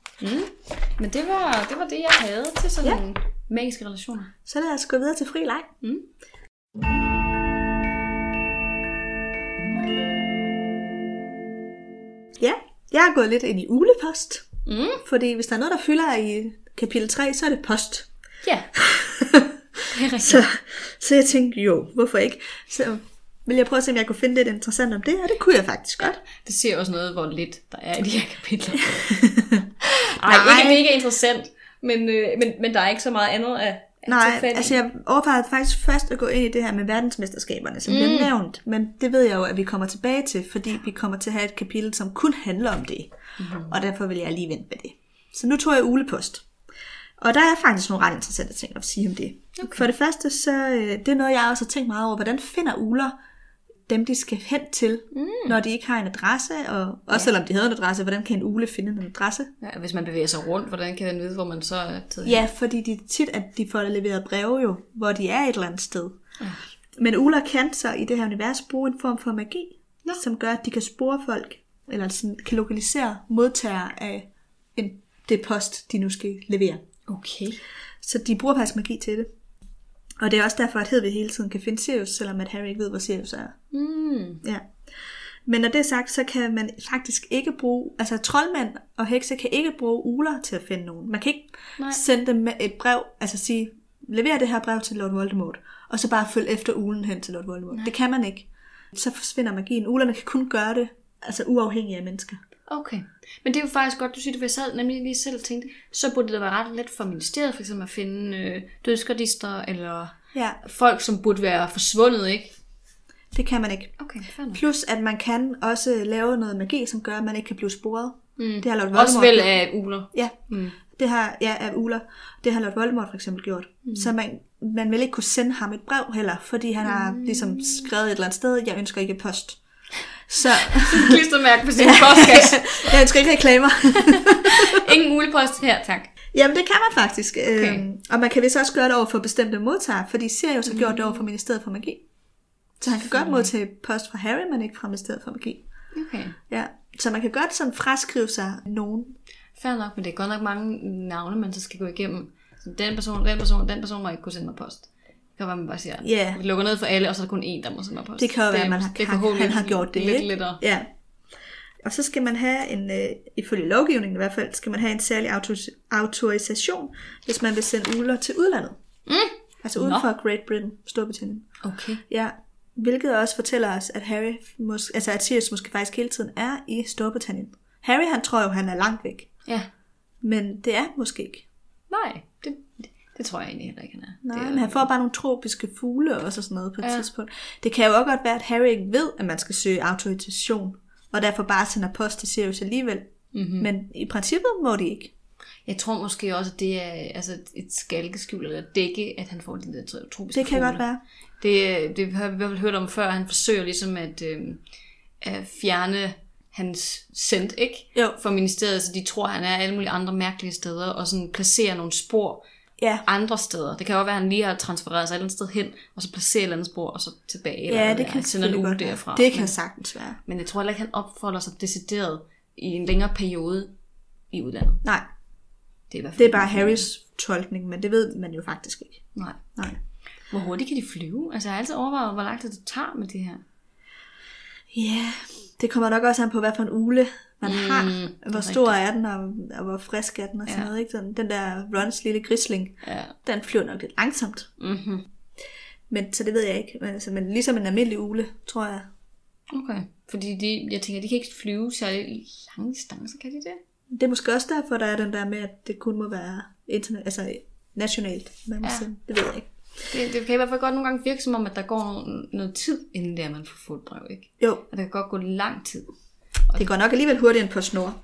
Men det var det, jeg havde til sådan nogle magiske relationer. Så lad os gå videre til fri leg. Ja, jeg har gået lidt ind i ulepost. Fordi hvis der er noget, der fylder i kapitel 3, så er det post. Ja, det er rigtigt. Så jeg tænkte, jo, hvorfor ikke? Så vil jeg prøve at se, om jeg kunne finde lidt interessant om det, og det kunne jeg faktisk godt. Det siger også noget, hvor lidt der er i de her kapitler. Ej, ikke mega interessant, men der er ikke så meget andet at nej, altså jeg overvejede faktisk først at gå ind i det her med verdensmesterskaberne, som bliver nævnt, men det ved jeg jo, at vi kommer tilbage til, fordi vi kommer til at have et kapitel, som kun handler om det, og derfor vil jeg lige vente med det. Så nu tog jeg ulepost, og der er faktisk nogle ret interessante ting at sige om det. Okay. For det første, så det er noget, jeg også har tænkt meget over, hvordan finder uler dem, de skal hen til, når de ikke har en adresse, og også selvom de havde en adresse, hvordan kan en ugle finde en adresse? Ja, hvis man bevæger sig rundt, hvordan kan den vide, hvor man så er taget? Ja, fordi det er tit, at de får leveret breve jo, hvor de er et eller andet sted. Ja. Men uler kan så i det her univers bruge en form for magi, som gør, at de kan spore folk, eller sådan, kan lokalisere modtagere af det post, de nu skal levere. Okay. Så de bruger faktisk magi til det. Og det er også derfor, at Hedvig hele tiden kan finde Sirius, selvom at Harry ikke ved, hvor Sirius er. Ja. Men når det er sagt, så kan man faktisk ikke bruge, altså troldmænd og hekse kan ikke bruge uler til at finde nogen. Man kan ikke sende dem et brev, altså sige, lever det her brev til Lord Voldemort, og så bare følge efter ulen hen til Lord Voldemort. Det kan man ikke. Så forsvinder magien. Ulerne kan kun gøre det, altså uafhængigt af mennesker. Okay. Men det er jo faktisk godt, du siger det, for jeg sad nemlig lige selv og tænkte, så burde det være ret let for ministeriet, for eksempel at finde dødsgardister, eller folk, som burde være forsvundet, ikke? Det kan man ikke. Okay, plus, at man kan også lave noget magi, som gør, at man ikke kan blive sporet. Det har Lord Voldemort også vel af uler. Ja, det har, af uler. Det har Lord Voldemort for eksempel gjort. Så man vil ikke kunne sende ham et brev heller, fordi han har ligesom skrevet et eller andet sted, jeg ønsker ikke post. Så klistermærke på sin postkasse. Jeg ønsker ikke reklamer. Ingen ulepost her, tak. Jamen det kan man faktisk. Okay. Og man kan vist også gøre det over for bestemte modtagere, fordi Sirius har gjort det over for Ministeriet for Magi. Så han kan godt modtage post fra Harry, men ikke fra Ministeriet for Magi. Okay. Ja, så man kan godt sådan fraskrive sig nogen. Fair nok, men det er godt nok mange navne, man så skal gå igennem. Så den person må ikke kunne sende mig post. kan være, man bare siger, Ja. vi lukker ned for alle, og så er der kun én, der må sende opholds. Det kan jo være, at han har gjort det, lidt ikke? lettere. Ja. Og så skal man have ifølge lovgivningen i hvert fald, skal man have en særlig autorisation, hvis man vil sende ugler til udlandet. Altså uden for Great Britain, Storbritannien. Okay. Ja, hvilket også fortæller os, at at Sirius måske faktisk hele tiden er i Storbritannien. Harry, han tror jo, han er langt væk. Ja. Men det er måske ikke. Nej, det tror jeg egentlig heller ikke, han er. Nej, men han får bare nogle tropiske fugle og sådan noget på et tidspunkt. Det kan jo også godt være, at Harry ikke ved, at man skal søge autorisation, og derfor bare sender post til Sirius alligevel. Mm-hmm. Men i princippet må de ikke. Jeg tror måske også, at det er altså et skalkeskjul eller dække, at han får de der tropiske Det kan fugle. godt være. Det har vi i hvert fald hørt om før, at han forsøger ligesom at fjerne hans sendt, ikke? Jo. For ministeriet, så de tror, at han er alle mulige andre mærkelige steder, og sådan placerer nogle spor andre steder. Det kan jo være, at han lige har transfereret sig et eller andet sted hen, og så placerer et eller andet spor, og så tilbage. Ja, eller det kan sender en uge godt derfra. være. Det kan sagtens være. Men jeg tror heller ikke, han opfolder sig decideret i en længere periode i udlandet. Nej, Det er bare Harrys tolkning, men det ved man jo faktisk ikke. Nej. Nej. Hvor hurtigt kan de flyve? Altså, jeg har altid overvejet, hvor lang tid det tager med det her. Ja, det kommer nok også an på, hvad for en ugle man har. Hvor stor er den, og hvor frisk er den og sådan noget. Ikke? Sådan, den der Rons lille grisling, den flyver nok lidt langsomt. Mm-hmm. Men, så det ved jeg ikke. Men ligesom en almindelig ugle, tror jeg. Okay. Fordi jeg tænker, de kan ikke flyve særlig lange distancer, kan de det? Det er måske også derfor, der er den der med, at det kun må være nationalt. Man må sende. Det ved jeg ikke. Det kan i hvert fald godt nogle gange virke som om, at der går noget tid, inden der man får fået et brev, ikke? Jo. Og det kan godt gå lang tid. Det går nok alligevel hurtigere end på snor.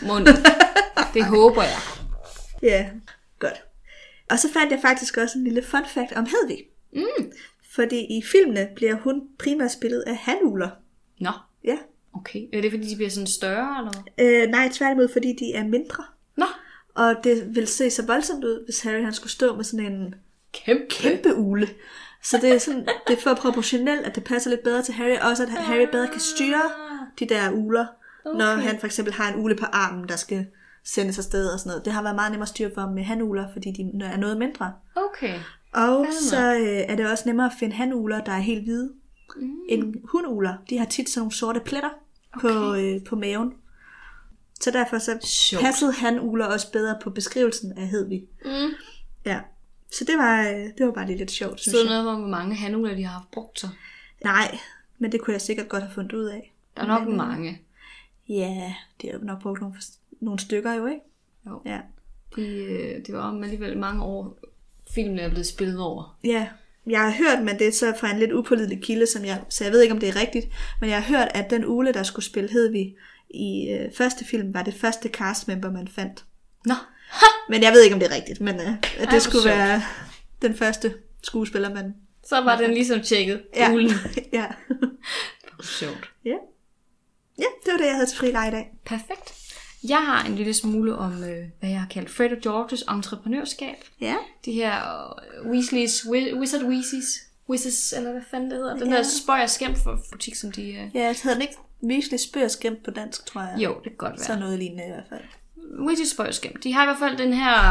Det håber jeg. Ja, godt. Og så fandt jeg faktisk også en lille fun fact om Hedvig. Fordi i filmene bliver hun primært spillet af hanugler. Nå. Ja. Okay. Er det fordi, de bliver sådan større, eller hvad? Nej, tværtimod, fordi de er mindre. Nå. Og det vil se så voldsomt ud, hvis Harry han skulle stå med sådan en Kæmpe ugle. Så det er sådan, det er for proportionelt, at det passer lidt bedre til Harry. Også at Harry bedre kan styre de der ugler, når han for eksempel har en ugle på armen, der skal sendes afsted og sådan noget. Det har været meget nemmere at styre for med hanugler, fordi de er noget mindre. Okay. Og så er det også nemmere at finde hanugler, der er helt hvide, end hundugler. De har tit sådan nogle sorte pletter på maven. Så derfor så passede hanugler også bedre på beskrivelsen af Hedvig. Ja. Så det var bare lidt sjovt, synes jeg. Så noget, hvor mange hanugler de har haft brugt så? Nej, men det kunne jeg sikkert godt have fundet ud af. Der er nok mange. Ja, det har jo nok brugt nogle stykker jo, ikke? Jo. Ja. Det var om alligevel mange år, filmene er blevet spillet over. Ja, jeg har hørt, men det er så fra en lidt upålidelig kilde, så jeg ved ikke, om det er rigtigt, men jeg har hørt, at den ugle, der skulle spille Hedvig i første film, var det første castmember, man fandt. Nå. Men jeg ved ikke, om det er rigtigt, men at det skulle være den første skuespiller, man... Så var den ligesom tjekket. Ja. Uglen. Ja. Det var sjovt. Ja. Ja, det var det, jeg havde til fri leg i dag. Perfekt. Jeg har en lille smule om, hvad jeg har kaldt Fred og Georges entreprenørskab. Ja. De her Weasleys, Wizard Weasleys, eller hvad fanden det hedder. Den der spøj og skæmt for butik, som de... Ja, så hedder den ikke Weasley spøg og skæmt på dansk, tror jeg. Jo, det kan godt være. Så noget lignende i hvert fald. Weasley spøj og skæmt. De har i hvert fald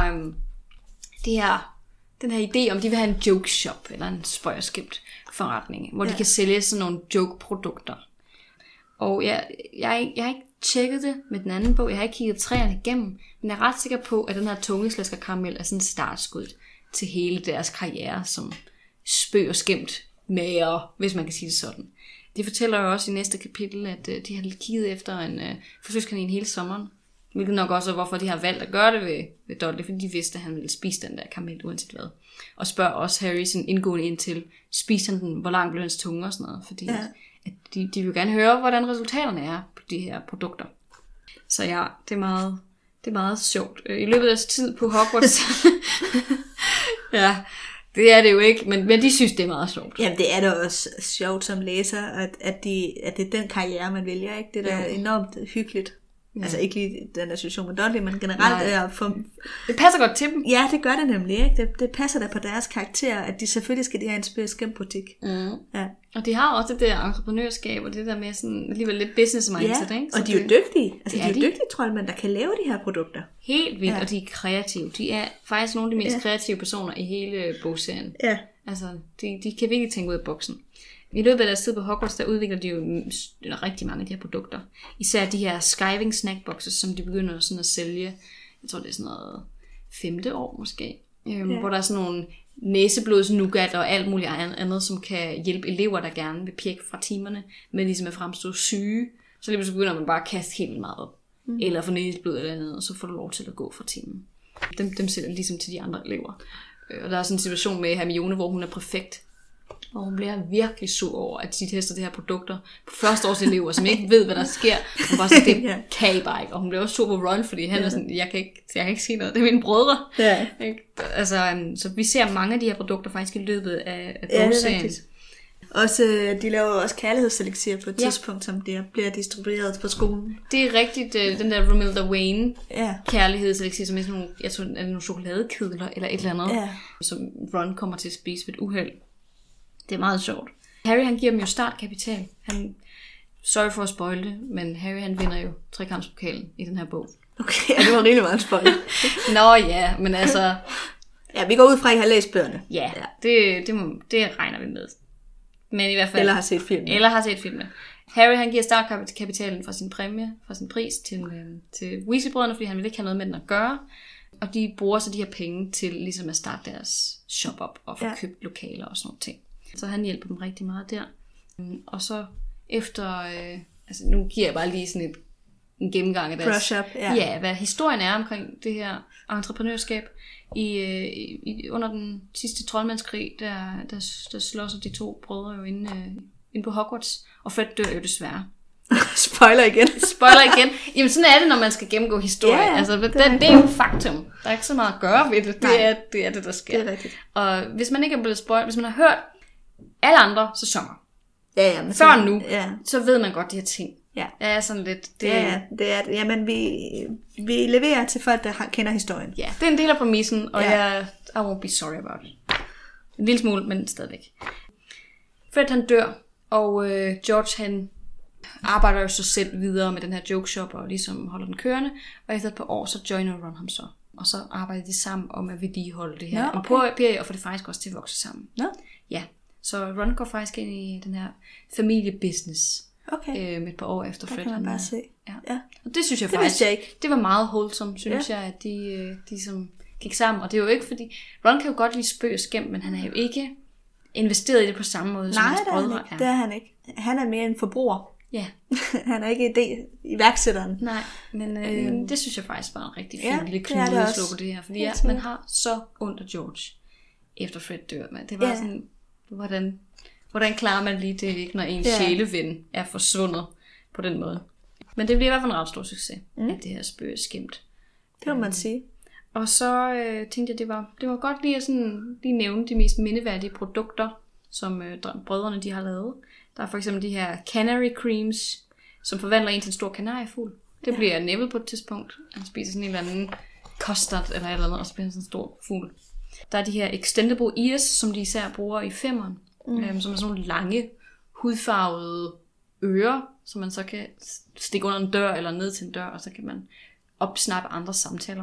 den her idé om, de vil have en joke shop, eller en spøj og skæmt forretning, hvor de kan sælge sådan nogle joke-produkter. Og jeg har ikke tjekket det med den anden bog. Jeg har ikke kigget træerne igennem. Men jeg er ret sikker på, at den her tungeslæsker karamel er sådan startskud til hele deres karriere som spøg og skæmt mager, hvis man kan sige det sådan. De fortæller jo også i næste kapitel, at de har kigget efter en forsøgskanin hele sommeren. Hvilket nok også er, hvorfor de har valgt at gøre det ved Dudley, fordi de vidste, at han ville spise den der karamel uanset hvad. Og spørger også Harry sådan indgående ind til, spiser han den, hvor lang blev hans tunge og sådan noget. Fordi at de vil gerne høre, hvordan resultaterne er på de her produkter. Så ja, det er meget sjovt. I løbet af deres tid på Hogwarts, ja, det er det jo ikke, men de synes, det er meget sjovt. Jamen, det er da også sjovt som læser, at det er den karriere, man vælger, ikke? Det er da enormt hyggeligt. Ja. Altså ikke lige den der situation med Dudley, men generelt... Det passer godt til dem. Ja, det gør det nemlig, ikke? Det passer da på deres karakter, at de selvfølgelig skal have en skæmtbutik. Ja. Og de har også det der entreprenørskab, og det der med sådan alligevel lidt business mindset, ikke? Så og de er jo dygtige. Altså, de er jo dygtige troldmænd, der kan lave de her produkter. Helt vildt, og de er kreative. De er faktisk nogle af de mest kreative personer i hele bogserien. Ja. Altså, de kan virkelig tænke ud af boksen. I løbet af deres tid på Hogwarts, der udvikler de jo rigtig mange af de her produkter. Især de her skiving snackboxes, som de begynder sådan at sælge. Jeg tror, det er sådan noget 5. år måske. Hvor der er sådan nogle næseblodsnougat og alt muligt andet, som kan hjælpe elever, der gerne vil pjekke fra timerne, med ligesom at fremstå syge. Så lige pludselig begynder man bare at kaste helt vildt meget op. Eller få næseblod eller andet, og så får du lov til at gå fra timen. Dem sælger ligesom til de andre elever. Og der er sådan en situation med Hermione, hvor hun er præfekt. Og hun bliver virkelig sur over, at de tester de her produkter på førsteårselever, som ikke ved, hvad der sker. Hun bare sådan, det kan I bare ikke. Og hun bliver også sur på Ron, fordi han er sådan, jeg kan ikke sige noget. Det er mine brødre. Ja. Altså, så vi ser mange af de her produkter faktisk i løbet af bogserien. Også, de laver også kærlighedselixir på et tidspunkt, som bliver distribueret på skolen. Det er rigtigt, den der Romilda Wayne kærlighedselixir, som er sådan nogle, jeg tror, er nogle chokoladekedler eller et eller andet, som Ron kommer til at spise ved et uheld. Det er meget sjovt. Harry, han giver dem jo startkapital. Sorry for at spoile det, men Harry, han vinder jo trekampspokalen i den her bog. Okay, det var rigtig meget spoil. Nå ja, men altså... Ja, vi går ud fra, at I har læst bøgerne. Ja, det regner vi med. Men i hvert fald... Eller har set filmene. Harry, han giver startkapitalen for sin præmie, for sin pris til Weasley-brødrene, fordi han vil ikke have noget med den at gøre. Og de bruger så de her penge til ligesom at starte deres shop op og få købt lokaler og sådan noget ting. Så han hjælper dem rigtig meget der. Og så efter... altså nu giver jeg bare lige sådan en gennemgang af deres... Brush up, hvad historien er omkring det her entreprenørskab. Under den sidste troldmandskrig, der slås de 2 brødre jo inde på Hogwarts. Og Fred dør jo desværre. Spoiler igen. Jamen sådan er det, når man skal gennemgå historie. Altså, det er jo faktum. Der er ikke så meget at gøre ved det. Det er det, der sker. Det er rigtigt. Og hvis man ikke er blevet spoilet, hvis man har hørt alle andre sæsoner, før nu, så ved man godt de her ting. Ja. Jeg er sådan lidt... Det er det. Jamen, vi leverer til folk, der kender historien. Ja, det er en del af præmissen, og I won't be sorry about it. En lille smule, men stadigvæk. Fred, han dør, og George, han arbejder jo så selv videre med den her joke shop, og ligesom holder den kørende, og efter et par år, så joiner Ron ham så. Og så arbejder de sammen om at vedligeholde det her imperie, og få det faktisk også til at vokse sammen. Ja, så Ron går faktisk ind i den her familiebusiness. Med et par år efter Fred. Det kan man bare se. Ja. Og det synes jeg faktisk, det var meget wholesome, synes jeg, at de som gik sammen. Og det er jo ikke fordi, Ron kan jo godt lide spøg og skæm, men han er jo ikke investeret i det på samme måde, som hans brødre er. Nej, det er han ikke. Han er mere en forbruger. Ja. Han er ikke iværksætteren. Nej, men det synes jeg faktisk var en rigtig fin lille knude at slå på det her. Fordi man har så ondt af George, efter Fred dør. Men det var sådan, hvordan klarer man lige det ikke, når ens sjæleven er forsvundet på den måde. Men det bliver i hvert fald en ret stor succes, at det her spøg er skæmt. Det må man sige. Og så tænkte jeg, det var godt lige at lige nævne de mest mindeværdige produkter, som brødrene de har lavet. Der er for eksempel de her canary creams, som forvandler en til en stor kanariefugl. Det bliver Neville på et tidspunkt. Han spiser sådan en eller anden custard eller et eller andet, og så bliver han sådan en stor fugl. Der er de her extendable ears, som de især bruger i 5'eren. Som er sådan nogle lange, hudfarvede ører, som man så kan stikke under en dør eller ned til en dør, og så kan man opsnappe andre samtaler.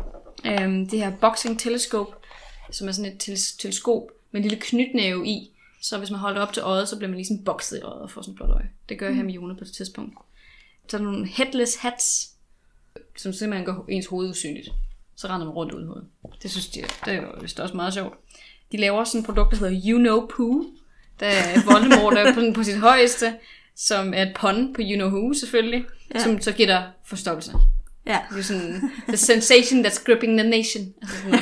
Det her boxing telescope, som er sådan et teleskop med en lille knytnæve i, så hvis man holder op til øjet, så bliver man ligesom bokset i øjet og får sådan et blåt øje. Det gør Hermione på det tidspunkt. Så er der nogle headless hats, som simpelthen gør ens hoved usynligt. Så render man rundt uden hoved. Det synes de, det er jo vist også meget sjovt. De laver sådan et produkt, der hedder You Know Pooh, der Voldemort er på sit højeste, som er et pun på You Know Who selvfølgelig, som så giver dig forstoppelse. Ja. Det er sådan, the sensation that's gripping the nation. Altså sådan,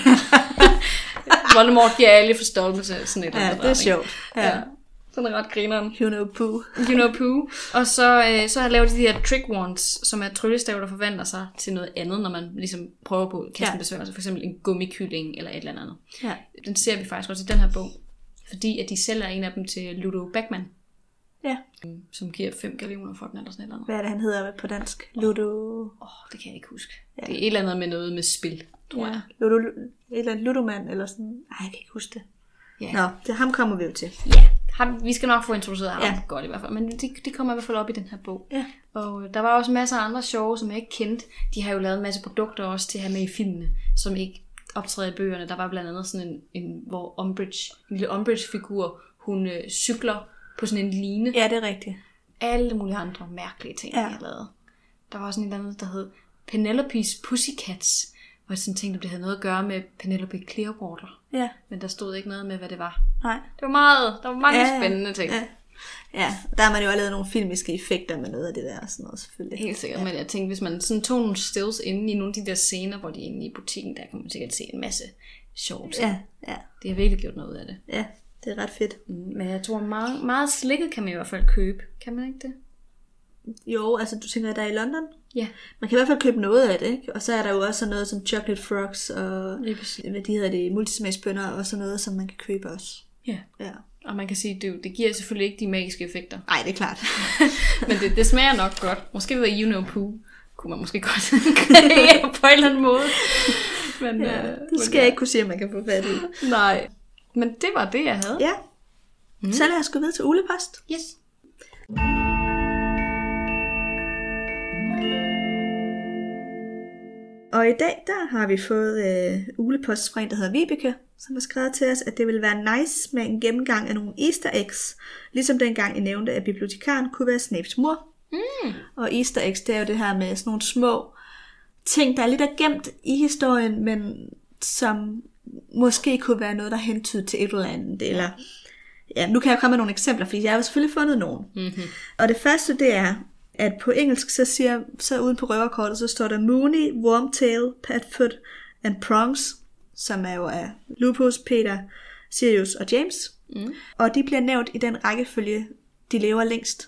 Voldemort giver alle forstoppelse. Sådan et det er sjovt. Ja. Sådan ret grineren. You Know Pooh. You Know Pooh. Og så har lavet de her trick wands, som er tryllestav, der forvandler sig til noget andet, når man ligesom prøver på at kaste en besværgelse. For eksempel en gummikylling eller et eller andet. Ja. Den ser vi faktisk også i den her bog. Fordi at de sælger en af dem til Ludo Bagman. Ja. Som giver 5 gallioner for den eller sådan et eller andet. Hvad er det, han hedder på dansk? Ludo... det kan jeg ikke huske. Ja. Det er et eller andet med noget med spil, tror jeg. Ludo, et eller andet ludomand eller sådan. Nej, jeg kan ikke huske det. Ja. Nå, ham kommer vi jo til. Ja, vi skal nok få introduceret ham godt i hvert fald. Men de kommer i hvert fald op i den her bog. Ja. Og der var også masser af andre sjove, som jeg ikke kendte. De har jo lavet en masse produkter også til at have med i filmene, som ikke optræder i bøgerne. Der var blandt andet sådan en hvor en lille Umbridge-figur, hun cykler på sådan en line. Ja, det er rigtigt. Alle mulige andre mærkelige ting, jeg har lavet. Der var også en eller anden, der hed Penelope's Pussycats, hvor jeg sådan tænkte, om det havde noget at gøre med Penelope Clearwater. Ja. Men der stod ikke noget med, hvad det var. Nej. Der var mange spændende ting. Ja, der har man jo lavet nogle filmiske effekter med noget af det der og sådan noget, selvfølgelig. Helt sikkert, men jeg tænkte, hvis man sådan tog nogle stills inde i nogle af de der scener, hvor de er inde i butikken, der kan man sikkert se en masse sjove ting. Ja. Det har virkelig gjort noget ud af det. Ja, det er ret fedt. Men jeg tror, meget slikket kan man i hvert fald købe. Kan man ikke det? Jo, altså du tænker, der er i London? Ja. Man kan i hvert fald købe noget af det, ikke? Og så er der jo også sådan noget som chocolate frogs og hvad de hedder det, multismagsbønner og sådan noget, som man kan købe også. Ja. Og man kan sige, det giver selvfølgelig ikke de magiske effekter. Nej, det er klart. Men det smager nok godt. Måske ved You Know Pooh kunne man måske godt kreere på en eller anden måde. Men, det skal jeg ikke kunne sige, at man kan få fat i. Nej. Men det var det, jeg havde. Ja. Så lad os gå videre til ulepost. Yes. Og i dag, der har vi fået ulepost fra en, der hedder Vibeke, som har skrevet til os, at det ville være nice med en gennemgang af nogle easter eggs, ligesom dengang I nævnte, at bibliotekaren kunne være Snapes mor. Og easter eggs, det er jo det her med sådan nogle små ting, der er lidt gemt i historien, men som måske kunne være noget, der hentyder til et eller andet. Eller, ja, nu kan jeg komme med nogle eksempler, fordi jeg har selvfølgelig fundet nogle. Og det første, det er, at på engelsk, så uden på røverkortet, så står der Mooney, Wormtail, Padfoot and Prongs, som er jo af Lupus, Peter, Sirius og James. Og de bliver nævnt i den rækkefølge, de lever længst.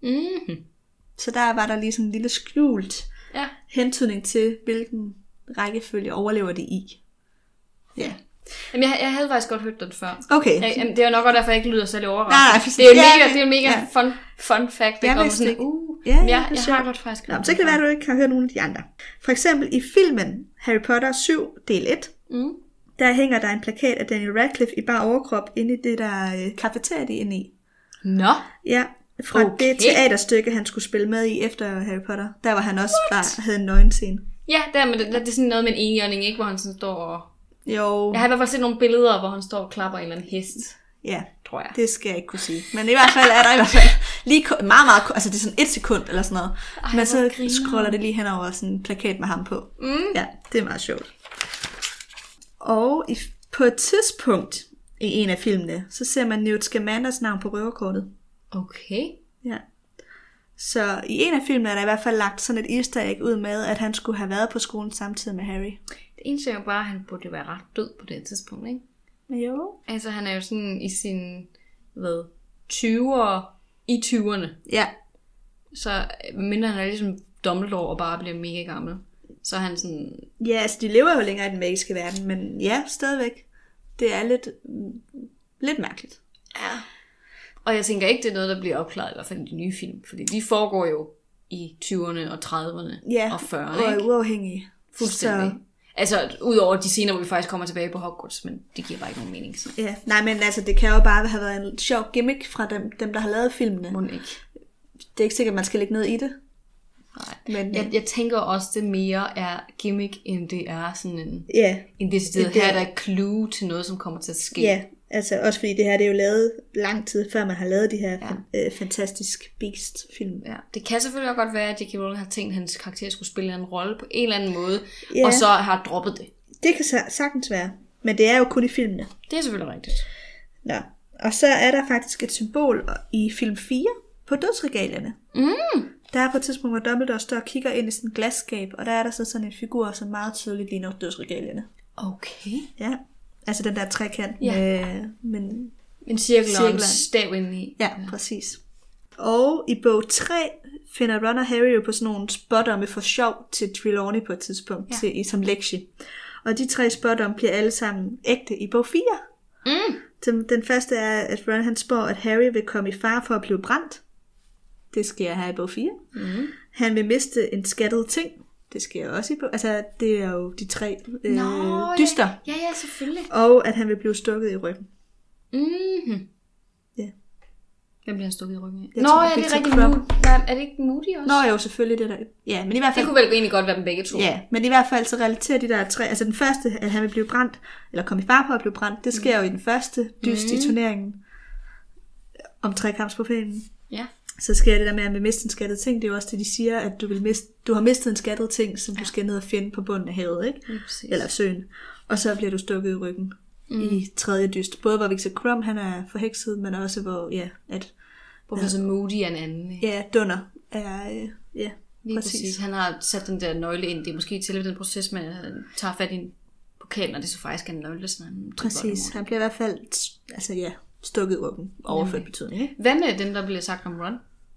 Så der var der lige sådan en lille skjult hentydning til, hvilken rækkefølge overlever de i. Ja. Jamen, jeg havde faktisk godt hørt den før. Okay. Det er jo nok godt, derfor jeg ikke lyder særlig overrasket. Det er jo mega fun fact. Jeg vidste ikke. Jeg har godt faktisk hørt. Så kan det være, at du ikke har hørt nogen af de andre. For eksempel i filmen Harry Potter 7, del 1, der hænger der en plakat af Daniel Radcliffe i bare overkrop inde i det der kafeteria, de er inde i. Nå? Ja, fra det teaterstykke, han skulle spille med i efter Harry Potter. Der var han også bare havde en nøgenscene. Ja, det er sådan noget med en enhjørning, ikke? Hvor han sådan står og... Jo. Jeg har i hvert fald set nogle billeder, hvor han står og klapper en eller anden hest. Ja, tror jeg. Det skal jeg ikke kunne sige. Men i hvert fald er der i hvert fald lige meget, altså det er sådan 1 sekund eller sådan noget. Men så scroller det lige hen over sådan en plakat med ham på. Ja, det er meget sjovt. Og på et tidspunkt i en af filmene, så ser man Newt Scamanders navn på røverkortet. Okay. Ja. Så i en af filmene er der i hvert fald lagt sådan et easter egg ud med, at han skulle have været på skolen samtidig med Harry. Det eneste er jo bare, at han burde være ret død på det tidspunkt, ikke? Jo. Altså han er jo sådan i sin 20'ere i 20'erne. Ja. Så mindre han er ligesom Dumbledore og bare bliver mega gammel. Så er han sådan... Ja, altså de lever jo længere i den magiske verden, men ja, stadigvæk. Det er lidt mærkeligt. Ja. Og jeg tænker ikke, det er noget, der bliver opklaret, i hvert fald i de nye film. Fordi de foregår jo i 20'erne og 30'erne og 40'erne, og er uafhængige. Fuldstændig. Så... Altså, udover de scener, hvor vi faktisk kommer tilbage på Hogwarts, men det giver bare ikke nogen mening. Så. Ja, nej, men altså, det kan jo bare have været en sjov gimmick fra dem der har lavet filmene. Må ikke. Det er ikke sikkert, at man skal lægge noget i det. Nej, men jeg tænker også, det mere er gimmick, end det er sådan en decideret, her er der et clue til noget, som kommer til at ske. Ja, altså også fordi det her, det er jo lavet lang tid før man har lavet de her Fantastic Beasts-film. Ja, det kan selvfølgelig også godt være, at J.K. Rowling har tænkt, at hans karakter skulle spille en rolle på en eller anden måde, og så har droppet det. Det kan sagtens være, men det er jo kun i filmene. Det er selvfølgelig rigtigt. Nå, og så er der faktisk et symbol i film 4 på dødsregalierne. Der er på et tidspunkt, hvor Dumbledore står og kigger ind i sådan et glasskab, og der er der så sådan en figur, som meget tydeligt ligner dødsregalierne. Okay. Ja, altså den der trekant med en cirkel og en stav indeni. Ja, præcis. Og i bog 3 finder Ron og Harry jo på sådan nogle spådomme for sjov til Trelawney på et tidspunkt, som lektie. Og de 3 spådomme bliver alle sammen ægte i bog 4. Den første er, at Ron han spår, at Harry vil komme i fare for at blive brændt. Det sker her i bog 4. Han vil miste en skattet ting. Det sker også i bog. Altså, det er jo de 3 dyster. Ja, selvfølgelig. Og at han vil blive stukket i ryggen. Ja. Hvem bliver han stukket i ryggen af? Jeg Nå, tror, ja, det er Victor rigtig Crumb. Er det ikke Moody også? Nå jo, selvfølgelig det der. Ja, men i hvert fald... Det kunne vel egentlig godt være dem begge to. Ja, men i hvert fald så relaterer de der tre... Altså den første, at han vil blive brændt, eller komme i fare på at blive brændt, det sker jo i den første dyst i turneringen om trekampsprofeten. Ja. Så sker det der med at miste en skattet ting. Det er jo også det, de siger, at du har mistet en skattet ting, som du skal ned og finde på bunden af havet, ikke? Ja, eller søen. Og så bliver du stukket i ryggen i tredje dyst. Både hvor Victor Crumb, han er forhekset, men også hvor, at Professor Moody er en anden. Ikke? ja, Dunner er, Lige præcis. Han har sat den der nøgle ind. Det er måske til den proces, med at han tager fat i pokalen, og det er så faktisk en nøgle. Så han præcis. Han bliver i hvert fald, stukket i ryggen. Overført betydning, ikke? Hvad med dem, der bliver sagt om Ron?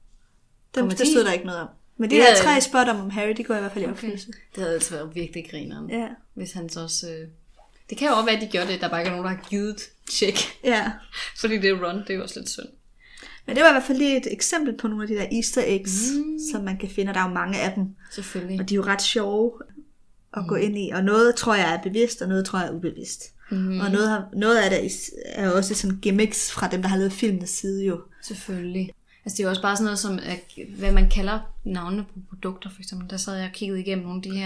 Det stod der ikke noget om. Men de der tre spot om Harry, de går i hvert fald i opfyldelse. Det havde altså været virkelig grineren. Ja. Hvis han så også... Det kan jo også være, at de gør det, der bare ikke er nogen, der har givet tjek. Ja. Fordi det er Ron, det er jo også lidt synd. Men det var i hvert fald lige et eksempel på nogle af de der easter eggs, som man kan finde, og der er jo mange af dem. Selvfølgelig. Og de er jo ret sjove at gå ind i, og noget tror jeg er bevidst, og noget tror jeg er ubevidst. Og noget af det er også sådan gimmicks fra dem, der har lavet filmenes side jo. Selvfølgelig. Altså det er jo også bare sådan noget som, hvad man kalder navnene på produkter, for eksempel. Der sad jeg og kiggede igennem nogle af de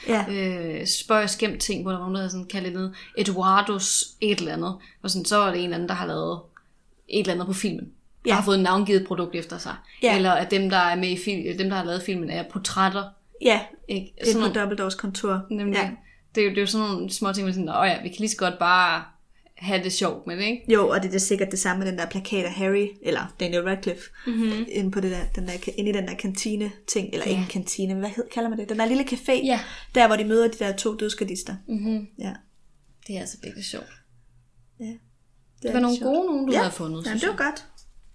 her spøjskæmt ting, hvor der var nogen, der havde sådan kaldt noget Eduardos et eller andet. Og sådan, så er det en eller anden, der har lavet et eller andet på filmen. Der har fået en navngivet produkt efter sig. Ja. Eller at dem, der er med i dem, der har lavet filmen, er portrætter. Ja, ikke? Det er på Dumbledores kontor. Nemlig. Ja. Det er jo sådan nogle små ting, hvor sådan, vi kan lige så godt bare have det sjovt med det, ikke? Jo, og det er sikkert det samme med den der plakat af Harry, eller Daniel Radcliffe, inde på det der, inde i den der kantine-ting, eller ikke en kantine, men hvad kalder man det? Den der lille café, der hvor de møder de der 2 dødsgardister. Ja. Det er altså virkelig sjovt. Ja. Det var nogle gode nogen, du havde fundet. Ja, det var godt.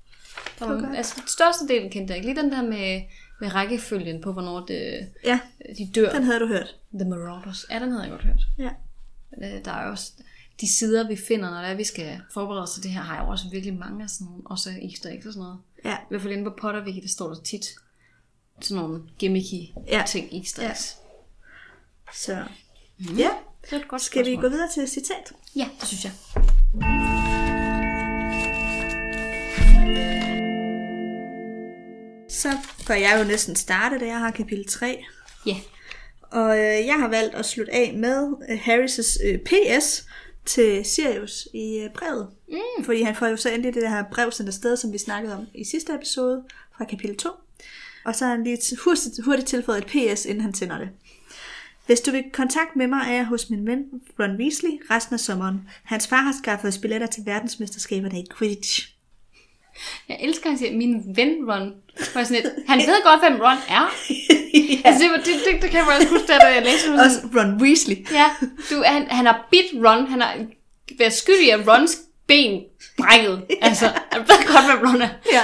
Altså, størstedelen kendte jeg ikke. Lige den der med rækkefølgen på, hvornår de dør. Den havde du hørt. The Marauders. Ja, den havde jeg godt hørt. Ja. Der er også de sider, vi finder, når vi skal forberede os til det her, har jeg også virkelig mange af sådan nogle, også easter eggs og sådan noget. Ja. I hvert fald inde på Potterwiki, der står der tit sådan nogle gimmicky ting, easter eggs. Så, det er et godt skal vi gå videre til citat? Ja, det synes jeg. Så bør jeg jo næsten starte, da jeg har kapitel 3. Ja. Og jeg har valgt at slutte af med Harrys' PS til Sirius i brevet. Fordi han får jo så endelig det her brev sendt afsted, som vi snakkede om i sidste episode fra kapitel 2. Og så har han lige hurtigt tilføjet et PS, inden han sender det. Hvis du vil kontakte med mig, er jeg hos min ven Ron Weasley resten af sommeren. Hans far har skaffet os billetter til verdensmesterskaberne i Quidditch. Jeg elsker, at han siger, min ven Ron. Han ved godt, hvem Ron er. Altså, det kan jeg også huske, da jeg læste det. Også Ron Weasley. Ja, han har bidt Ron. Han har været skyldig af Rons ben brækket. Altså, jeg ved godt, hvem Ron er. Ja.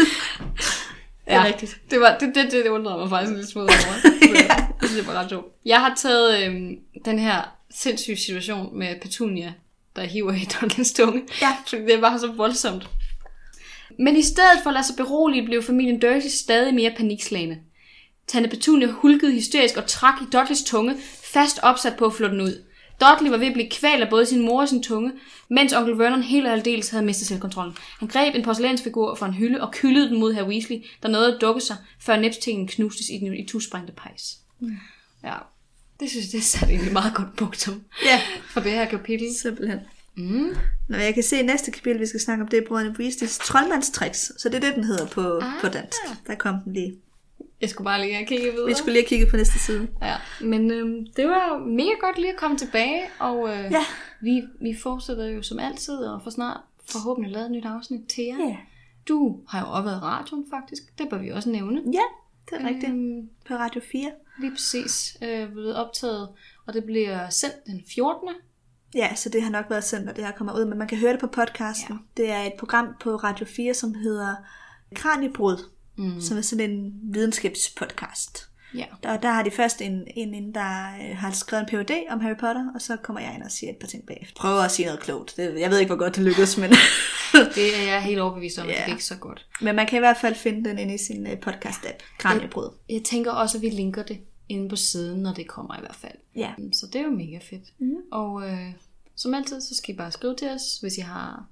Det er rigtigt. Det undrede mig faktisk en lille smule over. Det var ret sjovt. Jeg har taget den her sindssyge situation med Petunia, der hiver i Dunsans tunge. Ja. Fordi det var så voldsomt. Men i stedet for at lade sig berolige, blev familien Dursley stadig mere panikslagende. Tante Petunia hulkede hysterisk og trak i Dudleys tunge, fast opsat på at flå den ud. Dudley var ved at blive kvalt af både sin mor og sin tunge, mens onkel Vernon helt og aldeles havde mistet selvkontrollen. Han greb en porcelænsfigur fra en hylde og kyldede den mod herr Weasley, der nåede at dukke sig, før næbstingen knustes i den itusprængte pejs. Ja, det synes jeg, det satte egentlig meget godt punktum for det her kapitel. Simpelthen. Når jeg kan se næste kapitel, vi skal snakke om, det er brødrene Weasleys troldmandstricks. Så det er det, den hedder på dansk. Der kom den lige. Jeg skulle bare lige have kigget videre. Vi skulle lige have kigget på næste side. Ja, men det var mega godt lige at komme tilbage. Og vi fortsætter jo som altid og får snart forhåbentlig lavet et nyt afsnit til jer. Ja. Du har jo også været i radioen faktisk. Det bør vi også nævne. Ja, det er rigtigt. På Radio 4. Lige præcis. Blevet optaget. Og det bliver sendt den 14. Ja, så det har nok været sendt, når det her kommer ud. Men man kan høre det på podcasten. Ja. Det er et program på Radio 4, som hedder Kraniebrud. Som er sådan en videnskabspodcast. Ja. Og der har de først en der har skrevet en Ph.D. om Harry Potter, og så kommer jeg ind og siger et par ting bagefter. Prøver at sige noget klogt. Jeg ved ikke, hvor godt det lykkes, men... det er jeg helt overbevist om, at det er ikke så godt. Men man kan i hvert fald finde den inde i sin podcast-app, Kraniebrud. Jeg tænker også, at vi linker det inde på siden, når det kommer i hvert fald. Ja. Så det er jo mega fedt. Og som altid, så skal I bare skrive til os, hvis I har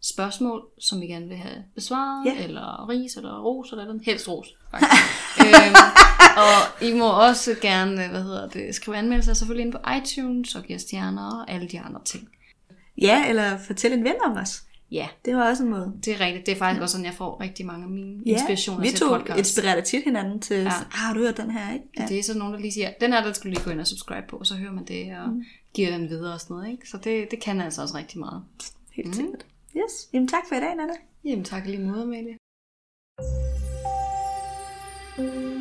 spørgsmål, som I gerne vil have besvaret, Ja. eller ris, eller ros, eller noget. Helst ros, faktisk. Og I må også gerne, skrive anmeldelser selvfølgelig ind på iTunes, og give stjerner, og alle de andre ting. Ja, eller fortæl en ven om os. Ja, Det var også en måde. det er rigtigt. Det er faktisk også sådan, jeg får rigtig mange af mine inspirationer vi til to podcast. inspirerer tit hinanden til, har du hørt den her, ikke? Ja. Det er sådan nogen, der lige siger, den her, der skulle lige gå ind og subscribe på, og så hører man det, og giver den videre og sådan noget, ikke? Så det kan altså også rigtig meget. Helt sikkert. Yes. Jamen tak for i dag, Nana. Jamen tak lige måde, Amalie.